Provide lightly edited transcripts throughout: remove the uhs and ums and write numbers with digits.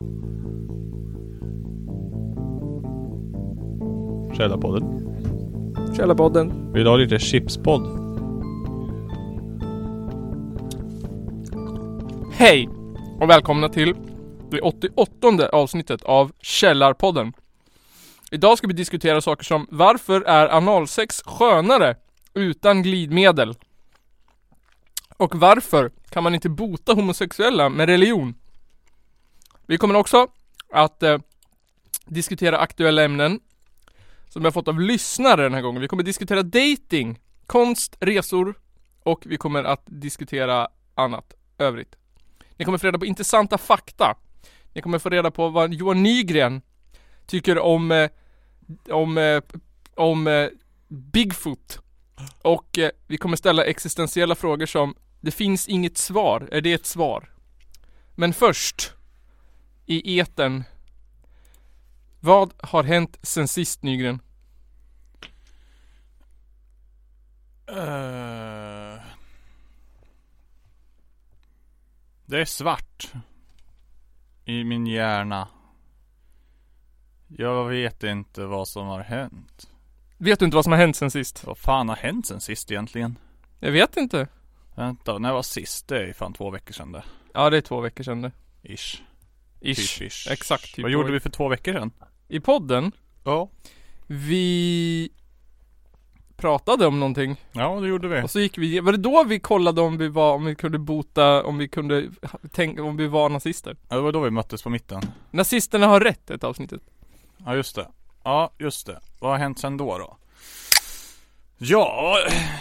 Källarpodden. Källarpodden. Vill du ha lite chipspodd? Hej och välkomna till det 88:e avsnittet av Källarpodden. Idag ska vi diskutera saker som: varför är analsex skönare utan glidmedel? Och varför kan man inte bota homosexuella med religion? Vi kommer också att diskutera aktuella ämnen som vi har fått av lyssnare den här gången. Vi kommer diskutera dating, konst, resor och vi kommer att diskutera annat övrigt. Ni kommer få reda på intressanta fakta. Ni kommer få reda på vad Johan Nygren tycker om Bigfoot. Och vi kommer ställa existentiella frågor som: det finns inget svar. Är det ett svar? Men först, i etern, vad har hänt sen sist, Nygren? Det är svart i min hjärna. Jag vet inte vad som har hänt. Vet du inte vad som har hänt sen sist? Vad fan har hänt sen sist egentligen? Jag vet inte. Vänta, när var sist? Det är fan 2 veckor sedan det. Ja, det är 2 veckor sedan det. Ish. Exakt. Typ. Vad gjorde vi för 2 veckor sedan? I podden? Ja. Vi pratade om någonting. Ja, det gjorde vi. Och så gick vi. Var det då vi kollade om vi kunde bota, om vi var nazister? Ja, det var då vi möttes på mitten. Nazisterna har rätt, ett avsnittet. Ja, just det. Ja, just det. Vad har hänt sen då? Ja,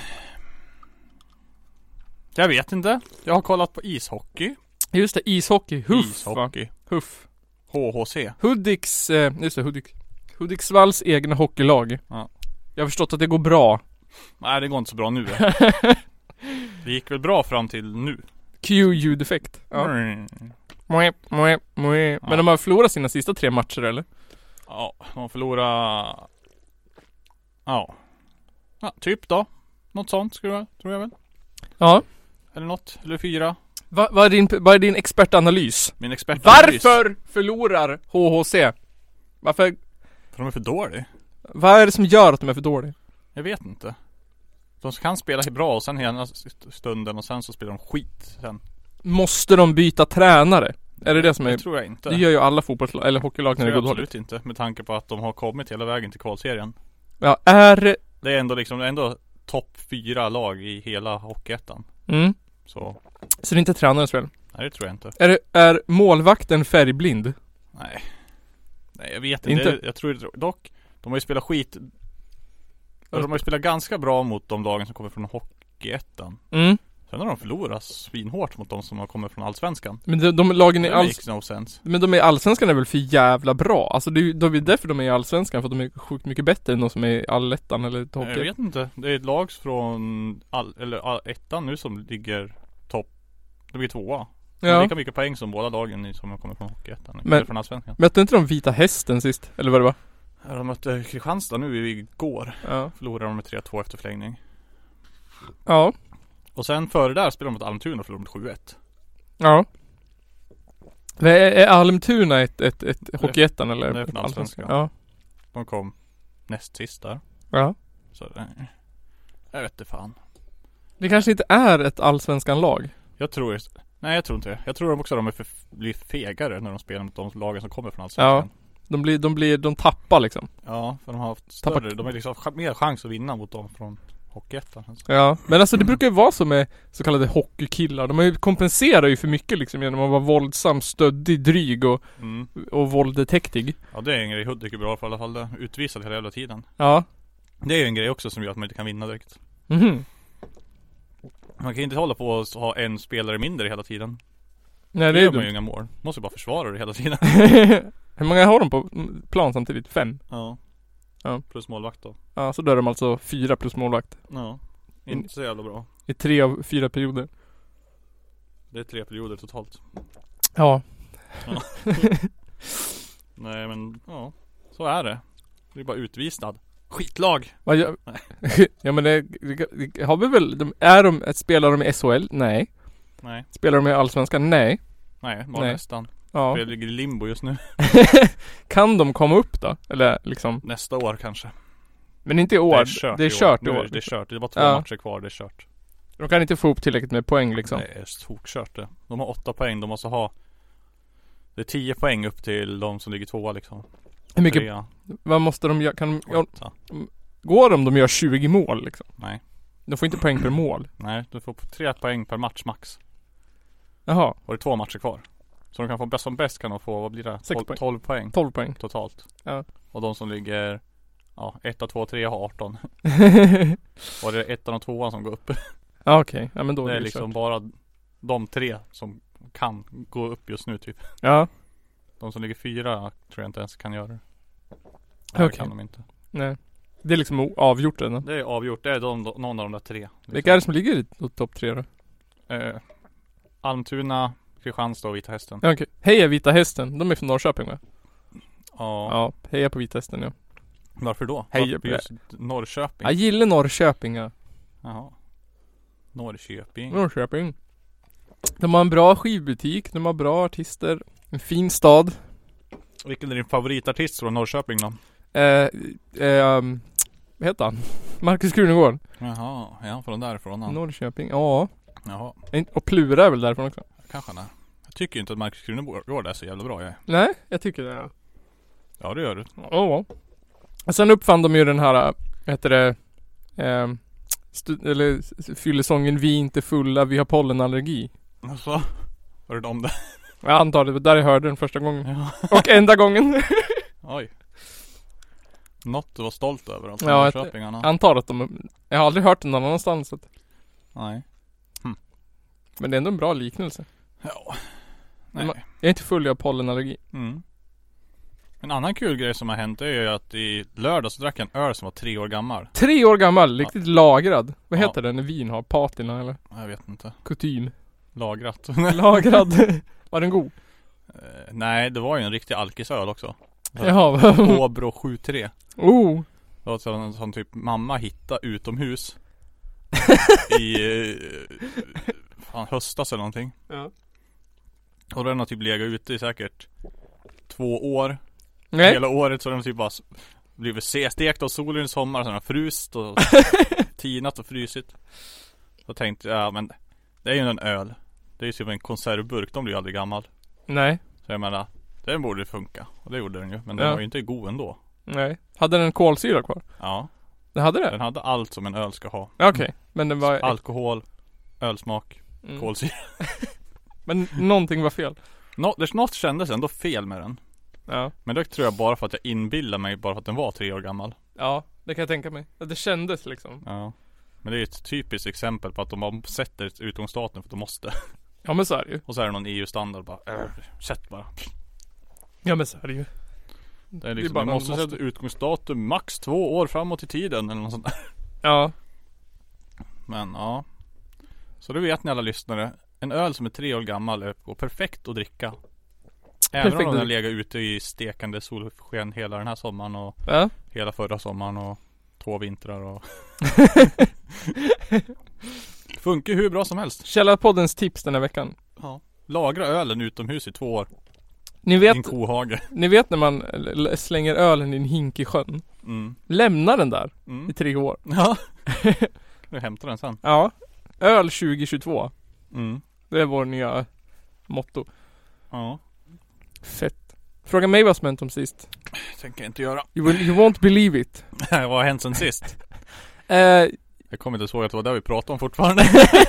jag vet inte. Jag har kollat på ishockey. Just det, ishockey. Huff. Ishockey. Va? Huff. HHC. Hudiksvalls egna hockeylag. Ja. Jag har förstått att det går bra. Nej, det går inte så bra nu. Det gick väl bra fram till nu. Q-ljudeffekt. Ja. Men de har förlorat sina sista 3 matcher, eller? Ja, de förlorar. Ja, typ då. Något sånt tror jag väl. Ja. Eller något, eller 4. Vad är din expertanalys? Min expertanalys. Varför förlorar HHC? Varför? För de är för dåliga. Vad är det som gör att de är för dåliga? Jag vet inte. De kan spela bra och sen hela stunden och sen så spelar de skit sen. Måste de byta tränare? Är det som är? Det tror jag inte. Det gör ju alla fotbollslag eller hockeylag när det går dåligt. Absolut inte, med tanke på att de har kommit hela vägen till kvalserien. Ja, det är ändå topp 4 lag i hela hockeyettan. Så det är inte tränarens fel? Nej, det tror jag inte. Är målvakten färgblind? Nej, jag vet inte. Jag tror dock de har ju spelat skit. De har ju spelat ganska bra mot de lagen som kommer från hockeyettan. Sen har de förlorat svinhårt mot de som har kommit från allsvenskan. Men de lagen men de är allsvenskan är väl för jävla bra. Alltså det är därför de är i allsvenskan, för att de är sjukt mycket bättre än de som är i allettan eller hockey. Jag vet inte. Det är ett lag från ettan nu som ligger topp. Det blir 2. Ja. Lika mycket poäng som båda lagen som har kommit från hockeyettan eller från allsvenskan. Mötte inte de Vita Hästen sist? Eller vad det var? Ja, de mötte Kristianstad nu igår. Ja. Förlorade de med 3-2 efter förlängning. Ja. Och sen före där spelade de mot Almtuna och förlorade med 7-1. Ja. Är Almtuna ett hockeyettan eller? Det är från allsvenskan. Ja. De kom näst sist där. Ja. Så jag vet inte fan. Det kanske inte är ett allsvenskan lag. Jag tror inte det. Jag tror också att de blir fegare när de spelar mot de lagen som kommer från allsvenskan. Ja. De tappar liksom. Ja, för de har haft större. De har liksom mer chans att vinna mot dem från hockeyettan. Ja, men alltså det brukar ju vara så med så kallade hockeykillar. De kompenserar ju för mycket liksom genom att vara våldsam, stöddig, dryg och våldtäktig. Ja, det är en grej Hudik är bra för i alla fall. Det utvisat hela jävla tiden. Ja. Det är ju en grej också som gör att man inte kan vinna direkt. Man kan inte hålla på att ha en spelare mindre hela tiden. Nej, det gör man ju inga mål. Måste ju bara försvara det hela tiden. Hur många har de på plan samtidigt? 5? Ja. Plus målvakt då. Ja, så då är de alltså 4 plus målvakt. Ja. Inte så jävla bra. I 3 av 4 perioder. Det är 3 perioder totalt. Ja. Nej men, så är det. Det är bara utvisnad. Skitlag. Ja men det har vi väl. Spelar de i SHL? Nej. Spelar de i allsvenskan? Nej. Nej, bara nästan. Ja. Det ligger i limbo just nu. Kan de komma upp då? Eller liksom... Nästa år kanske. Men inte i år. Det är kört i år. Det är kört. Det är bara 2 matcher kvar. Det är kört. De kan inte få upp tillräckligt med poäng liksom. Det är tokkört det. De har 8 poäng. De måste ha... Det är 10 poäng upp till de som ligger 2 liksom. Hur mycket... 3. Vad måste de göra? Kan de... Går de om de gör 20 mål liksom? Nej. De får inte poäng per mål. Nej, du får 3 poäng per match max. Jaha. Och det är 2 matcher kvar. Så de kan få bäst som bäst kan de få, vad blir det? 12 poäng. 12 poäng. Totalt. Ja. Och de som ligger 1, 2, 3 har 18. Och det är 1 och 2 som går upp. Ja, okej. Ja, men då det är liksom bara de 3 som kan gå upp just nu typ. Ja. De som ligger 4 tror jag inte ens kan göra det. Okej. Kan de inte. Nej. Det är liksom avgjort redan. Det är avgjort. Det är någon av de där 3. Liksom. Vilka är det som ligger i topp 3 då? Almtuna, Kristianstad och Vita Hästen. Okej. Heja Vita Hästen. De är från Norrköping va? Ja. Ja, heja på Vita Hästen ja. Varför då? Heja på just Norrköping. Jag gillar Norrköping ja. Jaha. Norrköping. De har en bra skivbutik. De har bra artister. En fin stad. Vilken är din favoritartist från Norrköping då? Vad heter han? Marcus Krunegård. Jaha, är han från därifrån han? Norrköping, ja. Jaha. Och Plura är väl därifrån också? Kanske nej. Jag tycker inte att Marcus Krunegård är så jävla bra jag. Nej, jag tycker det. Ja, det gör du. Ja. Och sen uppfann de ju den här, heter det, fyllesången Vi är inte fulla, vi har pollenallergi. Alltså, var det om det? Jag antar det var där jag hörde den första gången. Ja. Och enda gången. Oj. Något du var stolt över alltså, ja, jag antar att jag har aldrig hört den någon annanstans så. Nej. Men det är ändå en bra liknelse. Ja. Nej. Jag är inte full av pollenallergi. En annan kul grej som har hänt är ju att i lördag så drack jag en öl som var 3 år gammal. 3 år gammal? Riktigt lagrad. Vad heter den när vin har? Patina eller? Jag vet inte. Kutym. Lagrat. Lagrad. Var den god? Nej, det var ju en riktig alkisöl också. Jaha. Åbro 73. Oh. Det var en sån typ mamma hittade utomhus i höstas eller någonting. Ja. Och den har typ legat ute i säkert 2 år. Nej. Hela året så har den typ bara blivit stekt av solen i sommar. Så den har frust och tinat och frysit. Så tänkte jag, men det är ju en öl. Det är ju typ en konservburk, de blir ju aldrig gammal. Nej. Så jag menar, det borde funka. Och det gjorde den ju, men den var ju inte god ändå. Nej. Hade den kolsyra kvar? Ja. Det hade det? Den hade allt som en öl ska ha. Okej. Men den var... Alkohol, ölsmak, kolsyra. Men någonting var fel. Något kändes ändå fel med den. Ja. Men det tror jag bara för att jag inbillar mig bara för att den var 3 år gammal. Ja, det kan jag tänka mig. Att det kändes liksom. Ja. Men det är ett typiskt exempel på att de sätter ett utgångsdatum för att de måste. Ja, men så är det ju. Och så är det någon EU-standard bara, sätt bara. Ja, men så är det ju. Det är liksom, det måste sätta utgångsdatum max 2 år framåt i tiden eller något sånt där. Ja. Men ja. Så då vet ni alla lyssnare. En öl som är 3 år gammal är perfekt att dricka. Även om den har legat ute i stekande solsken hela den här sommaren och hela förra sommaren och 2 vintrar och funkar hur bra som helst. Källarpoddens tips den här veckan. Ja. Lagra ölen utomhus i 2 år. Ni vet, din kohage. Ni vet när man slänger ölen i en hink i sjön. Lämna den där i 3 år. Ja. Du hämtar den sen. Ja. Öl 2022. Det är vår nya motto. Ja. Fett. Fråga mig vad som hänt om sist. Tänker jag inte göra. You won't believe it. Vad har hänt sen sist? Jag kommer inte ihåg att det var där vi pratade om fortfarande.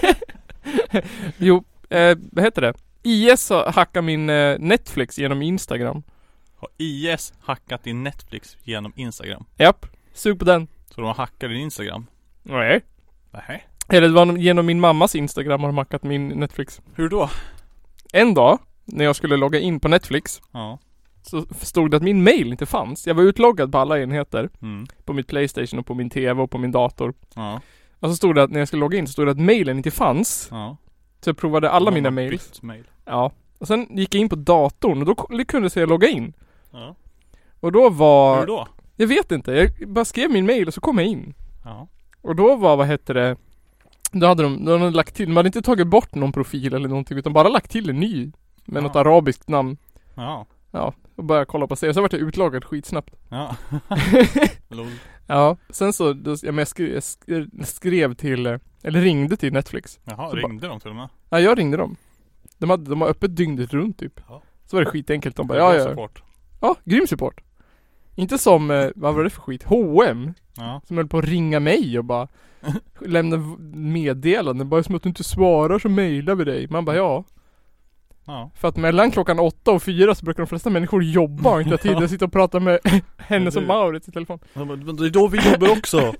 Jo, vad heter det? IS har hackat min Netflix genom Instagram. Har IS hackat din Netflix genom Instagram? Japp, sug på den. Så de har hackat din Instagram? Nej. Nej. Eller det var genom min mammas Instagram har de hackat min Netflix. Hur då? En dag, när jag skulle logga in på Netflix, så stod det att min mail inte fanns. Jag var utloggad på alla enheter. På mitt PlayStation och på min TV och på min dator. Och så stod det att när jag skulle logga in så stod det att mailen inte fanns. Så jag provade alla mina mails. Mail. Ja. Och sen gick jag in på datorn och då kunde jag logga in. Och då var... Hur då? Jag vet inte. Jag bara skrev min mail och så kom jag in. Ja. Och då var, vad hette det? Då hade de lagt till, de hade inte tagit bort någon profil eller någonting utan bara lagt till en ny med något arabiskt namn. Ja. Ja, och började kolla på serier. Så vart jag utlagad skitsnabbt. Ja. Lol. Ja, sen så jag skrev till, eller ringde till Netflix. Jaha, så ringde de till och med? Ja, jag ringde dem. De har öppet dygnet runt typ. Ja. Så var det skitenkelt. De bara, ja, grym support. Inte som, vad var det för skit? H&M som höll på att ringa mig och bara lämna meddelanden. Bara som att du inte svarar så mejlar vi dig. Man bara, ja. För att mellan klockan 8 och 4 så brukar de flesta människor jobba och inte ha tid att sitta och prata med henne som Maurits i telefon. Men det är då vi jobbar också.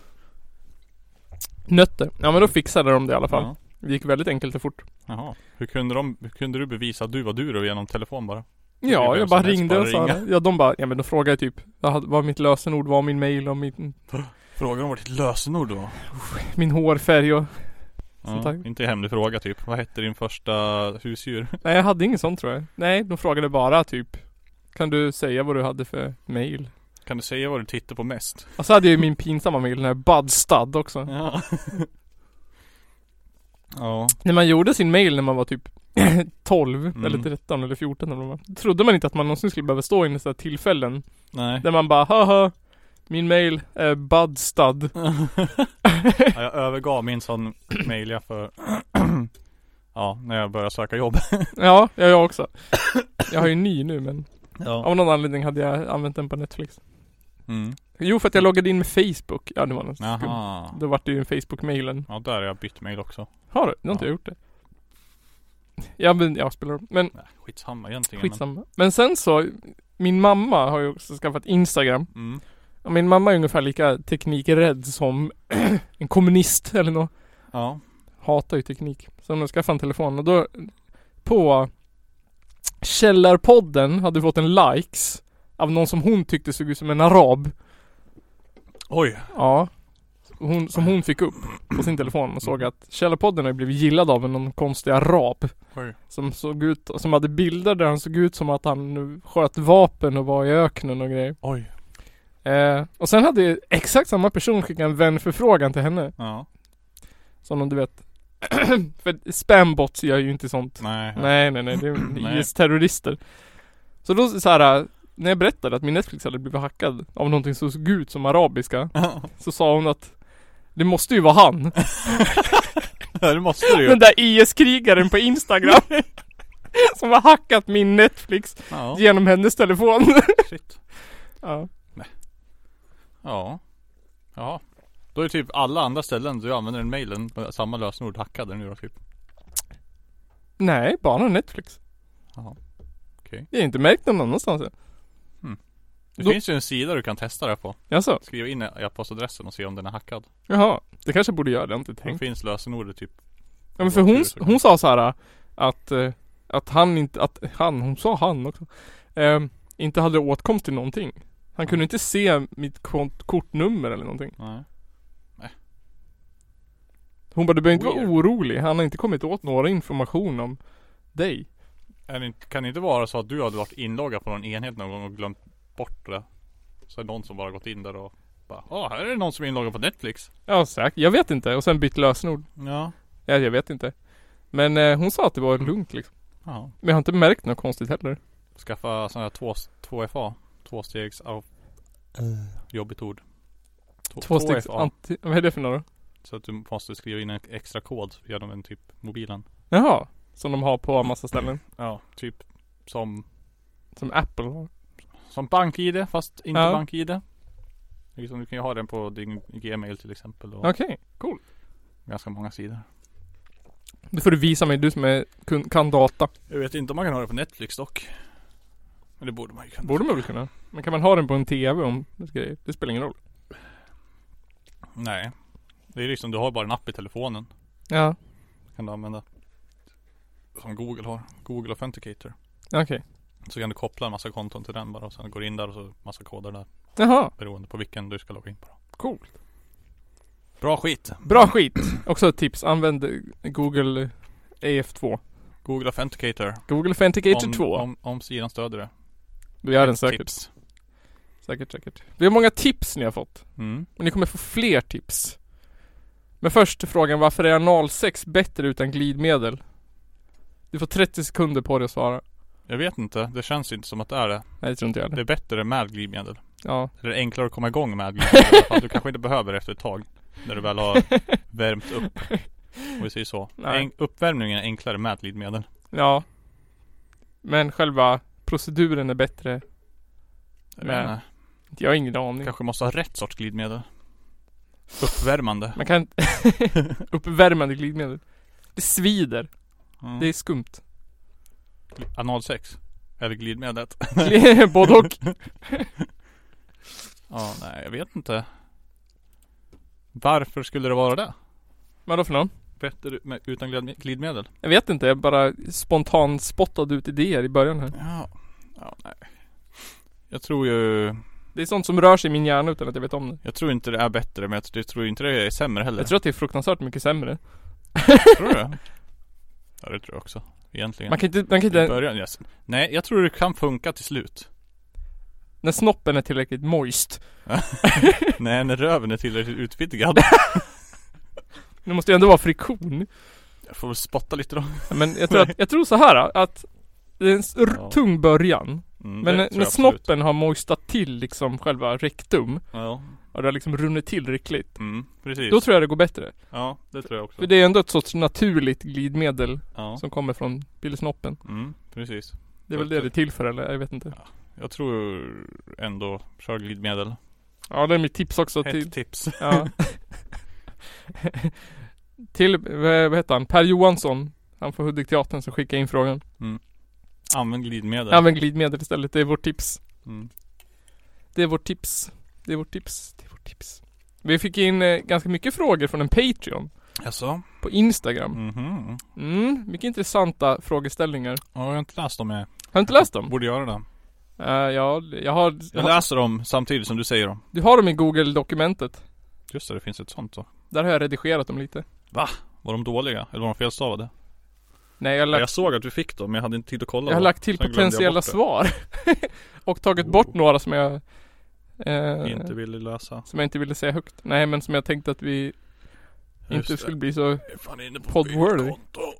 Nötter. Ja, men då fixade de det i alla fall. Det gick väldigt enkelt och fort. Jaha. Hur kunde du bevisa att du var du då genom telefon bara? Ja, jag bara ringde och sa det. Ja, de bara, ja men då frågade jag typ vad mitt lösenord var, min mail och min... Frågade de vad ditt lösenord då? Min hårfärg och... Inte en hemlig fråga typ. Vad hette din första husdjur? Nej, jag hade inget sånt tror jag. Nej, de frågade bara typ, kan du säga vad du hade för mail? Kan du säga vad du tittar på mest? Och så hade jag ju min pinsamma mail, den här Budstad också. Ja. Ja. När man gjorde sin mail när man var typ 12 eller 13 eller 14 eller vad. Trodde man inte att man någonsin skulle behöva stå i sådana tillfällen. Nej. Där man bara, haha, min mail är Budstad. Ja, jag övergav min sån mail för när jag började söka jobb. Ja, jag också. Jag har ju ny nu men av någon anledning hade jag använt den på Netflix. Jo, för att jag loggade in med Facebook. Ja, det var något skumt. Då var det ju en Facebook-mailen. Ja, där har jag bytt mail också. Har du? Det har inte jag gjort det. Ja, men jag spelar. Men nej, skitsamma egentligen. Skitsamma. Men sen så, min mamma har ju också skaffat Instagram. Och min mamma är ungefär lika teknikrädd som en kommunist eller något. Ja. Hatar ju teknik. Så hon skaffade en telefon. Och då på Källarpodden hade fått en likes av någon som hon tyckte såg ut som en arab. Oj. Ja. Hon fick upp på sin telefon och såg att Källarpodden har blivit gillad av någon konstig arab. Oj. Som hade bilder där han såg ut som att han sköt vapen och var i öknen och grejer. Oj. Och sen hade exakt samma person skickat en vänförfrågan till henne. Ja. Som om du vet. För spambots gör ju inte sånt. Nej. Det är IS-terrorister. Så då så här, när jag berättade att min Netflix hade blivit hackad av någonting som såg ut som arabiska, så sa hon att det måste ju vara han. Ja, det måste det ju. Den där IS-krigaren på Instagram som har hackat min Netflix genom hennes telefon. Shit. Ja. Nej. Ja. Ja. Då är typ alla andra ställen du använder en mailen med samma lösenord hackade nu då typ. Nej, bara Netflix. Jaha. Okej. Jag har inte märkt någon annanstans. Det finns ju en sida du kan testa det på. Jaså? Skriva in e-postadressen och se om den är hackad. Jaha, det kanske borde göra det, inte tänkt. Det finns lösenordet typ. Ja, men för hon sa så här att han inte, hon sa han också, inte hade åtkomst till någonting. Han kunde inte se mitt kortnummer eller någonting. Nej. Hon bara, du behöver inte vara orolig. Han har inte kommit åt några information om dig. Kan det inte vara så att du hade varit inloggad på någon enhet någon gång och glömt bort det? Så är det någon som bara gått in där och bara, här är det någon som är inloggad på Netflix. Ja, säkert. Jag vet inte. Och sen bytt lösenord. Ja. Ja, jag vet inte. Men hon sa att det var lugnt liksom. Ja. Men jag har inte märkt något konstigt heller. Skaffa sådana här 2FA. Tvåstegs jobbigt ord. Tvåstegs vad är det för några? Så att du måste skriva in en extra kod genom en typ mobilen. Jaha. Som de har på en massa ställen. Ja, typ som Apple har. Som BankID, fast inte BankID. Liksom, du kan ju ha den på din Gmail till exempel. Okej, cool. Ganska många sidor. Det får du visa mig, du som kan data. Jag vet inte om man kan ha det på Netflix dock. Men det borde man ju kunna. Borde man väl kunna. Men kan man ha den på en TV om det spelar ingen roll. Nej. Det är liksom, du har bara en app i telefonen. Ja. Kan du använda. Som Google har. Google Authenticator. Okej. Så kan du koppla en massa konton till den bara. Och sen går in där och så massa koder där. Jaha. Beroende på vilken du ska logga in på. Coolt. Bra skit. Bra skit. Också ett tips. Använd Google AF2. Google Authenticator. Google Authenticator 2. Om sidan stöder det. Du gör den säkert. Tips. Säkert. Vi har många tips ni har fått. Mm. Och ni kommer få fler tips. Men först frågan, varför är analsex bättre utan glidmedel? Du får 30 sekunder på dig att svara. Jag vet inte, det känns inte som att det är det. Nej, det tror inte jag. Det är bättre med glidmedel. Ja. Eller enklare att komma igång med glidmedel. För att du kanske inte behöver efter ett tag. När du väl har värmt upp. Och vi säger så. Uppvärmningen är enklare med glidmedel. Ja. Men själva proceduren är bättre. Men jag har ingen aning. Kanske måste ha rätt sorts glidmedel. Uppvärmande. Man kan uppvärmande glidmedel. Det svider. Det är skumt. Analsex. Eller glidmedlet. Både och. Ja, nej, jag vet inte. Varför skulle det vara det? Vadå för någon? Bättre utan glidmedel? Jag vet inte, jag bara spontant spottade ut idéer i början här. Ja, nej. Jag tror ju... Det är sånt som rör sig i min hjärna utan att jag vet om det. Jag tror inte det är bättre, men jag tror inte det är sämre heller. Jag tror att det är fruktansvärt mycket sämre. Tror du det? Ja, det tror jag också. Egentligen. Man kan inte i början, yes. Nej, jag tror det kan funka till slut. När snoppen är tillräckligt moist. Nej, när röven är tillräckligt utvidgad. Det måste ju ändå vara friktion. Jag får väl spotta lite då. Men jag tror så här att det är en tung början. Men när snoppen har moistat till liksom själva rektum. Ja. Och det har liksom runnit till riktigt. Precis. Då tror jag det går bättre. Ja, det tror jag också. För det är ändå ett sorts naturligt glidmedel som kommer från pillesnoppen. Precis. Det är väl det är till för, eller? Jag vet inte. Ja, jag tror ändå kör glidmedel. Ja, det är mitt tips också. Ett tips. Ja. Till, vad heter han? Per Johansson. Han får Hudik-teatern som skickar in frågan. Använd glidmedel. Använd glidmedel istället. Det är vårt tips. Det är vårt tips. Det är vårt tips. Det är vårt tips. Vi fick in ganska mycket frågor från en Patreon. Jaså? På Instagram. Mycket intressanta frågeställningar. Ja, jag har inte läst dem. Har du inte läst dem? Borde göra det. Ja, jag läser dem samtidigt som du säger dem. Du har dem i Google-dokumentet. Just det finns ett sånt så. Där har jag redigerat dem lite. Va? Var de dåliga? Eller var de felstavade? Nej, jag såg att du fick dem, men jag hade inte tid att kolla. Jag har lagt till potentiella svar. Och tagit bort några som jag inte ville läsa. Som jag inte ville säga högt. Nej, men som jag tänkte att vi inte skulle bli så podd-worthy.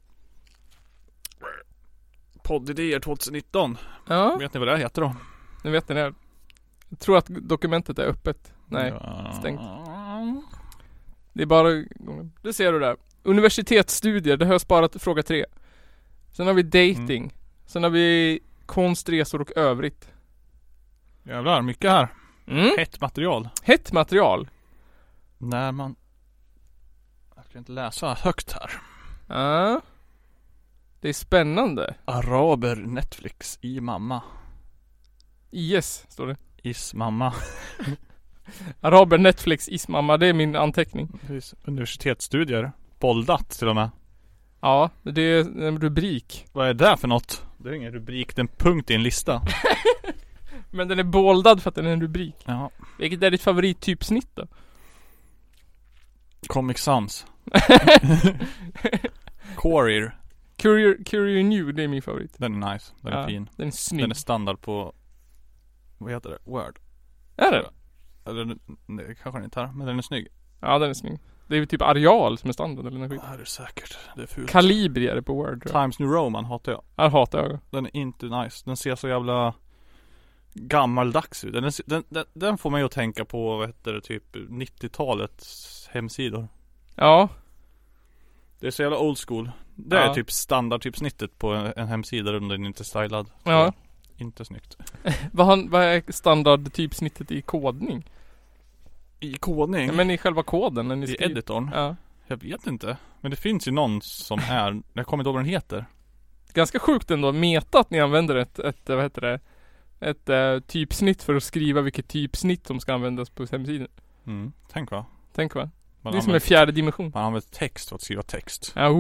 Poddidéer 2019. Ja. Vet ni vad det heter då? Nu vet ni det. Jag tror att dokumentet är öppet. Nej, stängt. Det är bara... Det ser du där. Universitetsstudier, det har jag sparat fråga 3. Sen har vi dating. Sen har vi konstresor och övrigt. Jävlar, mycket här. Hett material. Hett material. När man... Jag ska inte läsa högt här. Ja. Det är spännande. Araber Netflix i mamma. Yes, står det. Is mamma. Araber Netflix is mamma, det är min anteckning. Precis. Universitetsstudier. Boldat till och med. Ja, det är en rubrik. Vad är det för något? Det är ingen rubrik, det är en punkt i en lista. Men den är boldad för att den är en rubrik. Ja. Vilket är ditt favorittypsnitt då? Comic Sans. Courier New, det är min favorit. Den är nice, den är fin. Den är snygg. Den är standard på... Vad heter det? Word. Är det? Eller, nej, kanske den inte här, men den är snygg. Ja, den är snygg. Det är typ Arial som är standard eller något skit. Ja, det är säkert. Det är fult. Calibri är det på Word. Times New Roman hatar jag. Ja, hatar jag. Den är inte nice. Den ser så jävla gammaldags ut. Den får mig att tänka på, vad heter det, typ 90-talets hemsidor. Ja. Det är så jävla old school. Det är typ standardtypsnittet på en hemsida om den inte är stylad. Så ja. Inte snyggt. Vad är standardtypsnittet i kodning? I kodning? Ja, men i själva koden när ni skriver. I editorn? Ja. Jag vet inte. Men det finns ju någon som är... Jag kommer inte ihåg vad den heter. Ganska sjukt ändå. Meta att ni använder ett typsnitt för att skriva vilket typsnitt som ska användas på hemsidan. Tänk va? Det är som en fjärde dimension. Man använder text för att skriva text. Ja,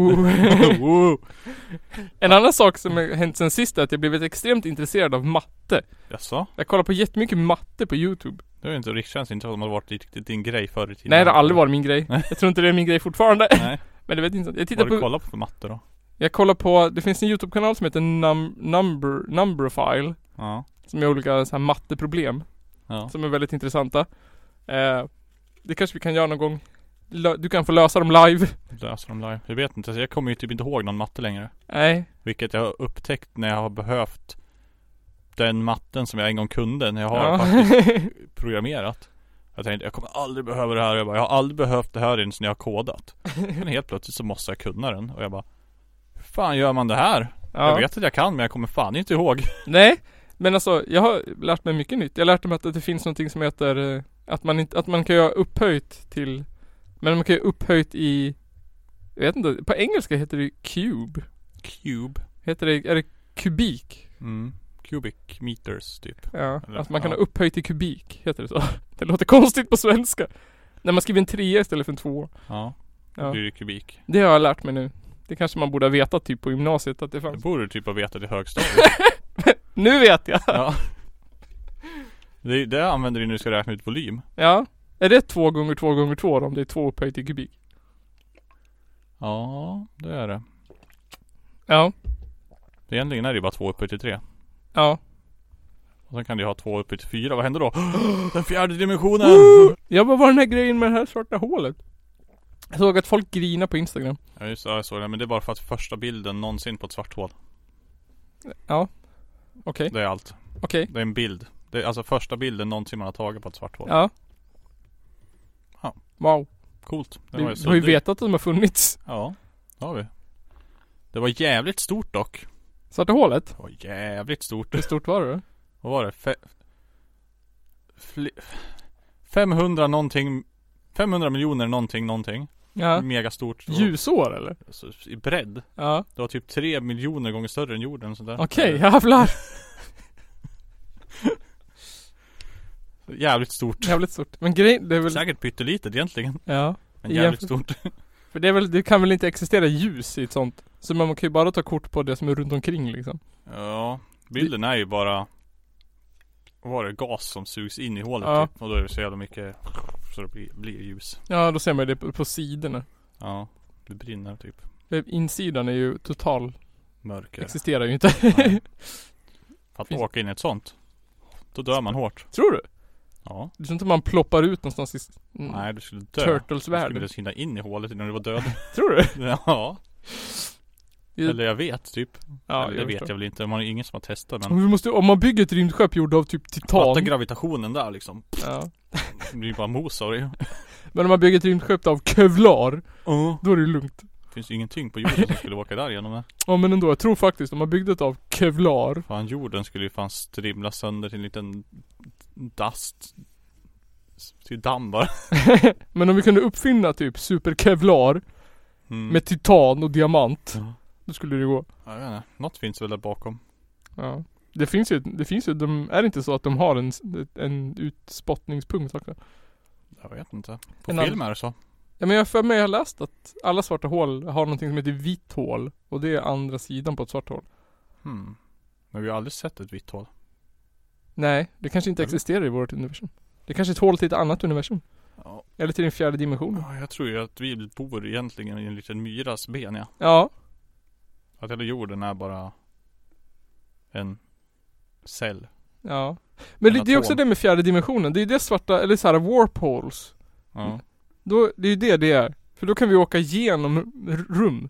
En annan sak som har hänt sen sist är att jag blivit extremt intresserad av matte. Jaså? Jag kollar på jättemycket matte på YouTube. Det är inte riktigt, känns inte som att det har varit riktigt din grej förr i tiden. Nej, det har aldrig varit min grej. Jag tror inte det är min grej fortfarande. Nej. Men det vet inte. Jag tittar vad du kollar på för matte då? Jag kollar på, det finns en YouTube-kanal som heter Numberphile. Ja. Som är olika så här matteproblem. Ja. Som är väldigt intressanta. Det kanske vi kan göra någon gång du kan få lösa dem live. Lösa dem live. Jag vet inte, jag kommer ju typ inte ihåg någon matte längre. Nej. Vilket jag har upptäckt när jag har behövt den matten som jag en gång kunde när jag har faktiskt programmerat. Jag tänkte, jag kommer aldrig behöva det här. Jag har aldrig behövt det här ens när jag har kodat. Men helt plötsligt så måste jag kunna den. Och jag bara, hur fan gör man det här? Ja. Jag vet att jag kan, men jag kommer fan inte ihåg. Nej, men alltså jag har lärt mig mycket nytt. Jag har lärt mig att det finns någonting som heter att man kan göra upphöjt till, men man kan göra upphöjt i, jag vet inte, på engelska heter det cube. Cube. Heter det, är det kubik? Cubic meters typ. Ja, eller, alltså man kan ha upphöjt i kubik, heter det så. Det låter konstigt på svenska. När man skriver en 3 istället för en 2. Ja, då blir det kubik. Det har jag lärt mig nu. Det kanske man borde ha vetat typ på gymnasiet att det fanns. Det borde du typ ha vetat i högstadiet. Nu vet jag. Ja. Det använder du när du ska räkna ut volym. Ja. Är det 2 gånger 2 gånger 2 om det är 2 upphöjt i kubik? Ja, det är det. Ja. Egentligen är det ju bara 2 upphöjt till 3. Ja. Och sen kan du ha 2 upphöjt till 4. Vad händer då? Den 4:e dimensionen! Ja, vad var den här grejen med det här svarta hålet? Jag såg att folk grinar på Instagram. Ja, just det, jag såg det. Men det är bara för att första bilden någonsin på ett svart hål. Ja. Okej. Det är allt. Okej. Det är en bild. Det är alltså första bilden någonsin man har tagit på ett svart hål. Ja. Ja. Wow. Coolt. Du har ju vetat att de har funnits. Ja, det har vi. Det var jävligt stort dock. Svarta hålet? Det var jävligt stort. Hur stort var det? Vad var det? 500 någonting. 500 miljoner någonting. Ja. Megastort. Ljusår eller? Alltså, i bredd. Ja. Det var typ 3 miljoner gånger större än jorden. Okej, jävlar. Jävligt stort. Jävligt stort. Men grejen, det är väl säkert pyttelitet egentligen. Ja. Men jävligt stort. För det kan väl inte existera ljus i ett sånt. Så man kan ju bara ta kort på det som är runt omkring liksom. Ja. Bilden är ju bara, vad var det, gas som sugs in i hålet typ. Och då är det så jävla mycket så det blir ljus. Ja, då ser man det på sidorna. Ja, det brinner typ. Insidan är ju total mörker. Existerar ju inte. För att åka in i ett sånt, då dör man hårt. Tror du? Ja. Det är inte man ploppar ut någonstans i nej, du skulle dö. Turtles-världen. Du skulle hinna in i hålet innan du var död. Tror du? Ja. Eller jag vet typ. Ja, eller det vet jag väl inte. Man är ingen som har testat. Men om man bygger ett rymdskepp gjort av typ titan. Fatta gravitationen där liksom. Ja. Det blir bara mos av det. Men om man bygger ett rymdskepp av kevlar. Då är det lugnt. Det finns ingenting på jorden som skulle åka där genom det. Ja, men ändå, jag tror faktiskt om man byggde det av kevlar. Fan, jorden skulle ju fan strimla sönder till en liten dast. Till damm bara. Men om vi kunde uppfinna typ superkevlar med titan och diamant. Då skulle det gå. Ja, jag vet inte. Något finns väl där bakom. Ja. Det finns ju, är det inte så att de har en utspottningspunkt också? Jag vet inte. På film är det så. Ja, men jag har läst att alla svarta hål har någonting som heter vitt hål. Och det är andra sidan på ett svart hål. Men vi har aldrig sett ett vitt hål. Nej, det kanske inte existerar i vårt universum. Det är kanske är ett hål till ett annat universum. Ja. Eller till den 4:e dimensionen. Ja, jag tror ju att vi bor egentligen i en liten myras ben, ja. Ja. Att hela jorden är bara en cell. Ja. Men det är också det med 4:e dimensionen. Det är det svarta, eller så här warp holes. Ja. Då, det är ju det är. För då kan vi åka genom rum.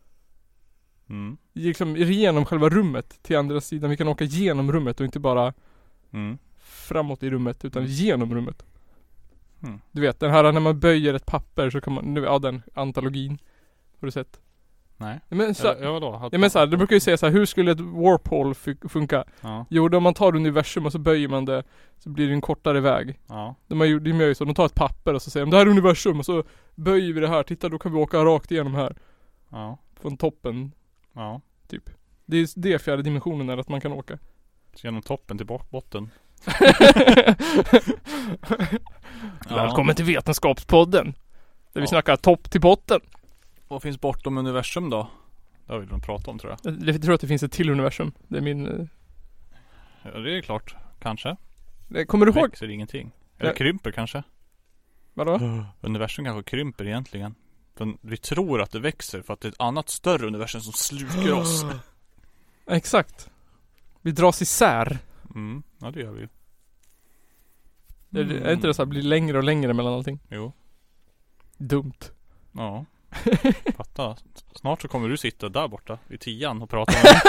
Liksom genom själva rummet till andra sidan. Vi kan åka genom rummet och inte bara framåt i rummet utan genom rummet. Du vet, den här när man böjer ett papper så kan man, den antologin. Har du sett? Nej. Men så, vadå? Ja, men så här, det brukar ju säga så här, hur skulle ett warp hole funka? Ja. Jo, om man tar universum och så böjer man det så blir det en kortare väg. Ja. De gör ju så, de tar ett papper och så säger de, det här är universum och så böjer vi det här, titta då kan vi åka rakt igenom här. Ja. Från toppen. Ja. Typ. Det är det 4:e dimensionen är, att man kan åka. Genom toppen till botten. Välkommen till Vetenskapspodden. Där vi snackar topp till botten. Vad finns bortom universum då? Det har vi redan pratat om, tror jag. Jag tror att det finns ett till universum. Det är min... Ja, det är klart. Kanske. Kommer du ihåg? Växer ingenting. Eller krymper kanske. Vadå? Universum kanske krymper egentligen. För vi tror att det växer för att det är ett annat större universum som slukar oss. Exakt. Vi dras isär. Ja, det gör vi ju. Är inte det så här, blir längre och längre mellan allting? Jo. Dumt. Ja. Fatta. Snart så kommer du sitta där borta i 10:an och prata med